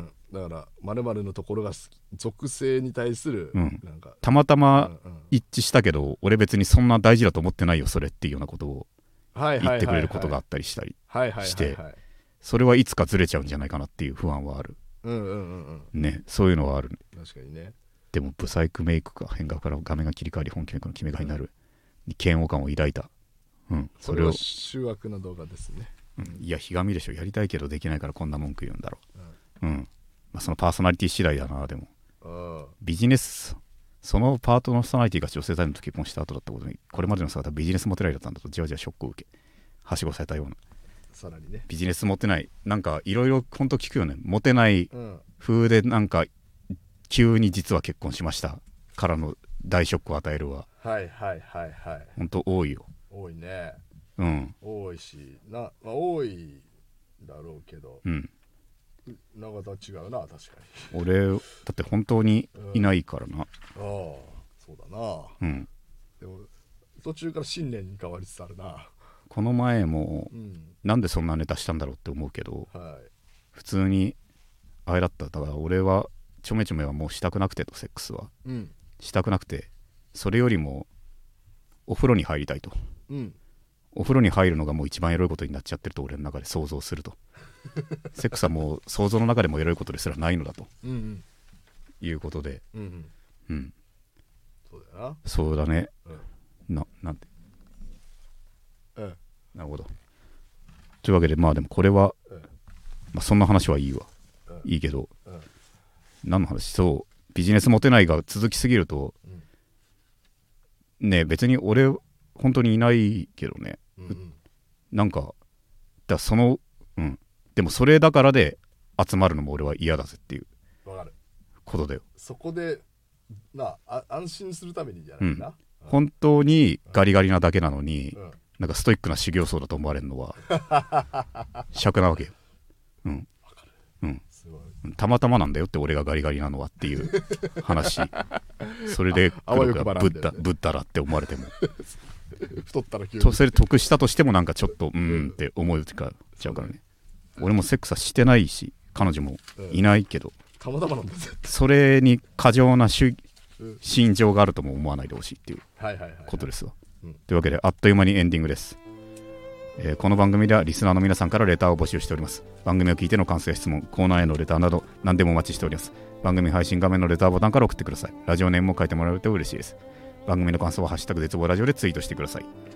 [SPEAKER 2] だから〇〇のところが属性に対する、
[SPEAKER 1] うん、なんかたまたま一致したけど、うんうん、俺別にそんな大事だと思ってないよそれっていうようなことを言ってくれることがあったりしたりしてそれはいつかずれちゃうんじゃないかなっていう不安はある、
[SPEAKER 2] うんうんうん
[SPEAKER 1] うん、ね、そういうのはある。
[SPEAKER 2] 確かにね。
[SPEAKER 1] でもブサイクメイクか変顔から画面が切り替わり本気メイクの決め顔になる、うん、嫌悪感を抱いた、うん、
[SPEAKER 2] それを醜悪な動画ですね、
[SPEAKER 1] うん、いやひがみでしょやりたいけどできないからこんな文句言うんだろう、うんうんまあ、そのパーソナリティ次第だな。でもビジネスそのパーソナリティが女性タレントと結婚した後だったことにこれまでの姿はビジネスモテないだったんだとじわじわショックを受けはしごされたような。
[SPEAKER 2] さらにね
[SPEAKER 1] ビジネスモテないなんかいろいろ本当聞くよね。モテない風でなんか急に実は結婚しましたからの大ショックを与えるは
[SPEAKER 2] はいはいはいはい
[SPEAKER 1] 本当多いよ。
[SPEAKER 2] 多いね。
[SPEAKER 1] うん
[SPEAKER 2] 多いしな、まあ、多いだろうけど、
[SPEAKER 1] うん、
[SPEAKER 2] 長田違うな確か
[SPEAKER 1] に。俺だって本当にいないからな、うん、ああ
[SPEAKER 2] そうだな。
[SPEAKER 1] うん
[SPEAKER 2] でも途中から信念に変わりつつあるな。
[SPEAKER 1] この前も、うん、なんでそんなネタしたんだろうって思うけど、
[SPEAKER 2] はい、
[SPEAKER 1] 普通にあれだった。だから俺はちょめちょめはもうしたくなくてとセックスは、
[SPEAKER 2] うん、
[SPEAKER 1] したくなくてそれよりもお風呂に入りたいと、
[SPEAKER 2] うん、
[SPEAKER 1] お風呂に入るのがもう一番エロいことになっちゃってると俺の中で想像するとセックスはもう想像の中でもエロいことですらないのだと、
[SPEAKER 2] うんうん、
[SPEAKER 1] いうことで、
[SPEAKER 2] うんうん
[SPEAKER 1] うん、
[SPEAKER 2] そうだよな。
[SPEAKER 1] そうだね、
[SPEAKER 2] うん、
[SPEAKER 1] ななんて、
[SPEAKER 2] うん、
[SPEAKER 1] なるほど。というわけでまあでもこれは、うんまあ、そんな話はいいわ、うん、いいけど、うん、何の話。そうビジネスモテないが続きすぎると、うん、ね別に俺本当にいないけどね、うんうん、なんかだそのうんでもそれだからで集まるのも俺は嫌だぜっていうことだよ。
[SPEAKER 2] そこでなあ安心するためにじゃないな、うん、
[SPEAKER 1] 本当にガリガリなだけなのに、うん、なんかストイックな修行僧だと思われるのは尺なわけよ。うん、うん、すごいたまたまなんだよって俺がガリガリなのはっていう話それで黒くブッダブッダだって思われても
[SPEAKER 2] 太ったら急に
[SPEAKER 1] とそれ得したとしてもなんかちょっとうーんって思うちゃうからね。俺もセックスはしてないし彼女もいないけど、
[SPEAKER 2] たまたまなんだぜ。
[SPEAKER 1] それに過剰な主心情があるとも思わないでほしいっていうことですわ。というわけであっという間にエンディングです。えー、この番組ではリスナーの皆さんからレターを募集しております。番組を聞いての感想や質問、コーナーへのレターなど何でもお待ちしております。番組配信画面のレターボタンから送ってください。ラジオネームも書いてもらえると嬉しいです。番組の感想はハッシュタグ絶望ラジオでツイートしてください。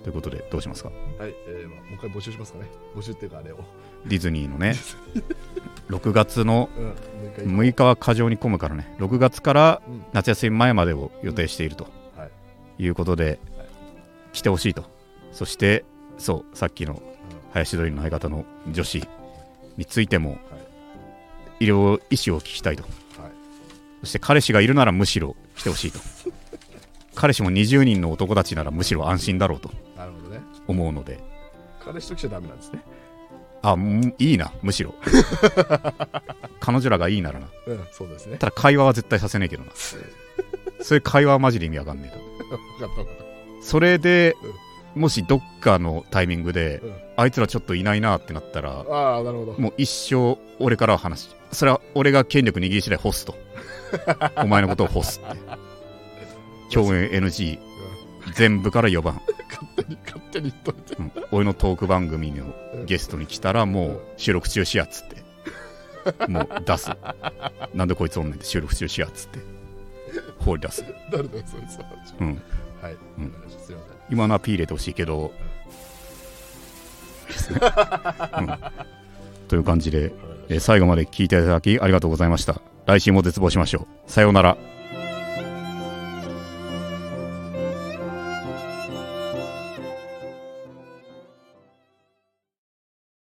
[SPEAKER 1] ということでどうしますか。
[SPEAKER 2] はい、えーまあ、もう一回募集しますかね。募集っていうかあれを
[SPEAKER 1] ディズニーのねろくがつのむいかは過剰に混むからね、ろくがつから夏休み前までを予定しているということで、来てほしいと。そしてそうさっきの林鳥の相方の女子についても医療医師を聞きたいと、はい、そして彼氏がいるならむしろ来てほしいと彼氏もにじゅうにんの男たちならむしろ安心だろうと思うので。
[SPEAKER 2] 彼氏と来ちゃダメなんですね。
[SPEAKER 1] あ、いいな、むしろ彼女らがいいならな、
[SPEAKER 2] うん、そうですね。
[SPEAKER 1] ただ会話は絶対させねえけどなそういう会話はマジで意味わかんねえと
[SPEAKER 2] 分かった分かった。
[SPEAKER 1] それで、うん、もしどっかのタイミングで、うん、あいつらちょっといないなってなったら、
[SPEAKER 2] あ、なるほど、
[SPEAKER 1] もう一生俺からは話、それは俺が権力握り次第干すとお前のことを干すって共演 エヌジー 全部からよばん
[SPEAKER 2] 勝手に勝手に言っといて、
[SPEAKER 1] うん、俺のトーク番組のゲストに来たらもう収録中しやっつってもう出すなんでこいつおんねんって収録中しやっつって放り出す。
[SPEAKER 2] 誰だそいつは。うん、はい、うん、すいません。
[SPEAKER 1] 今のは P 入れてほしいけど、うん、という感じで、えー、最後まで聞いていただきありがとうございました。来週も絶望しましょう。さようなら。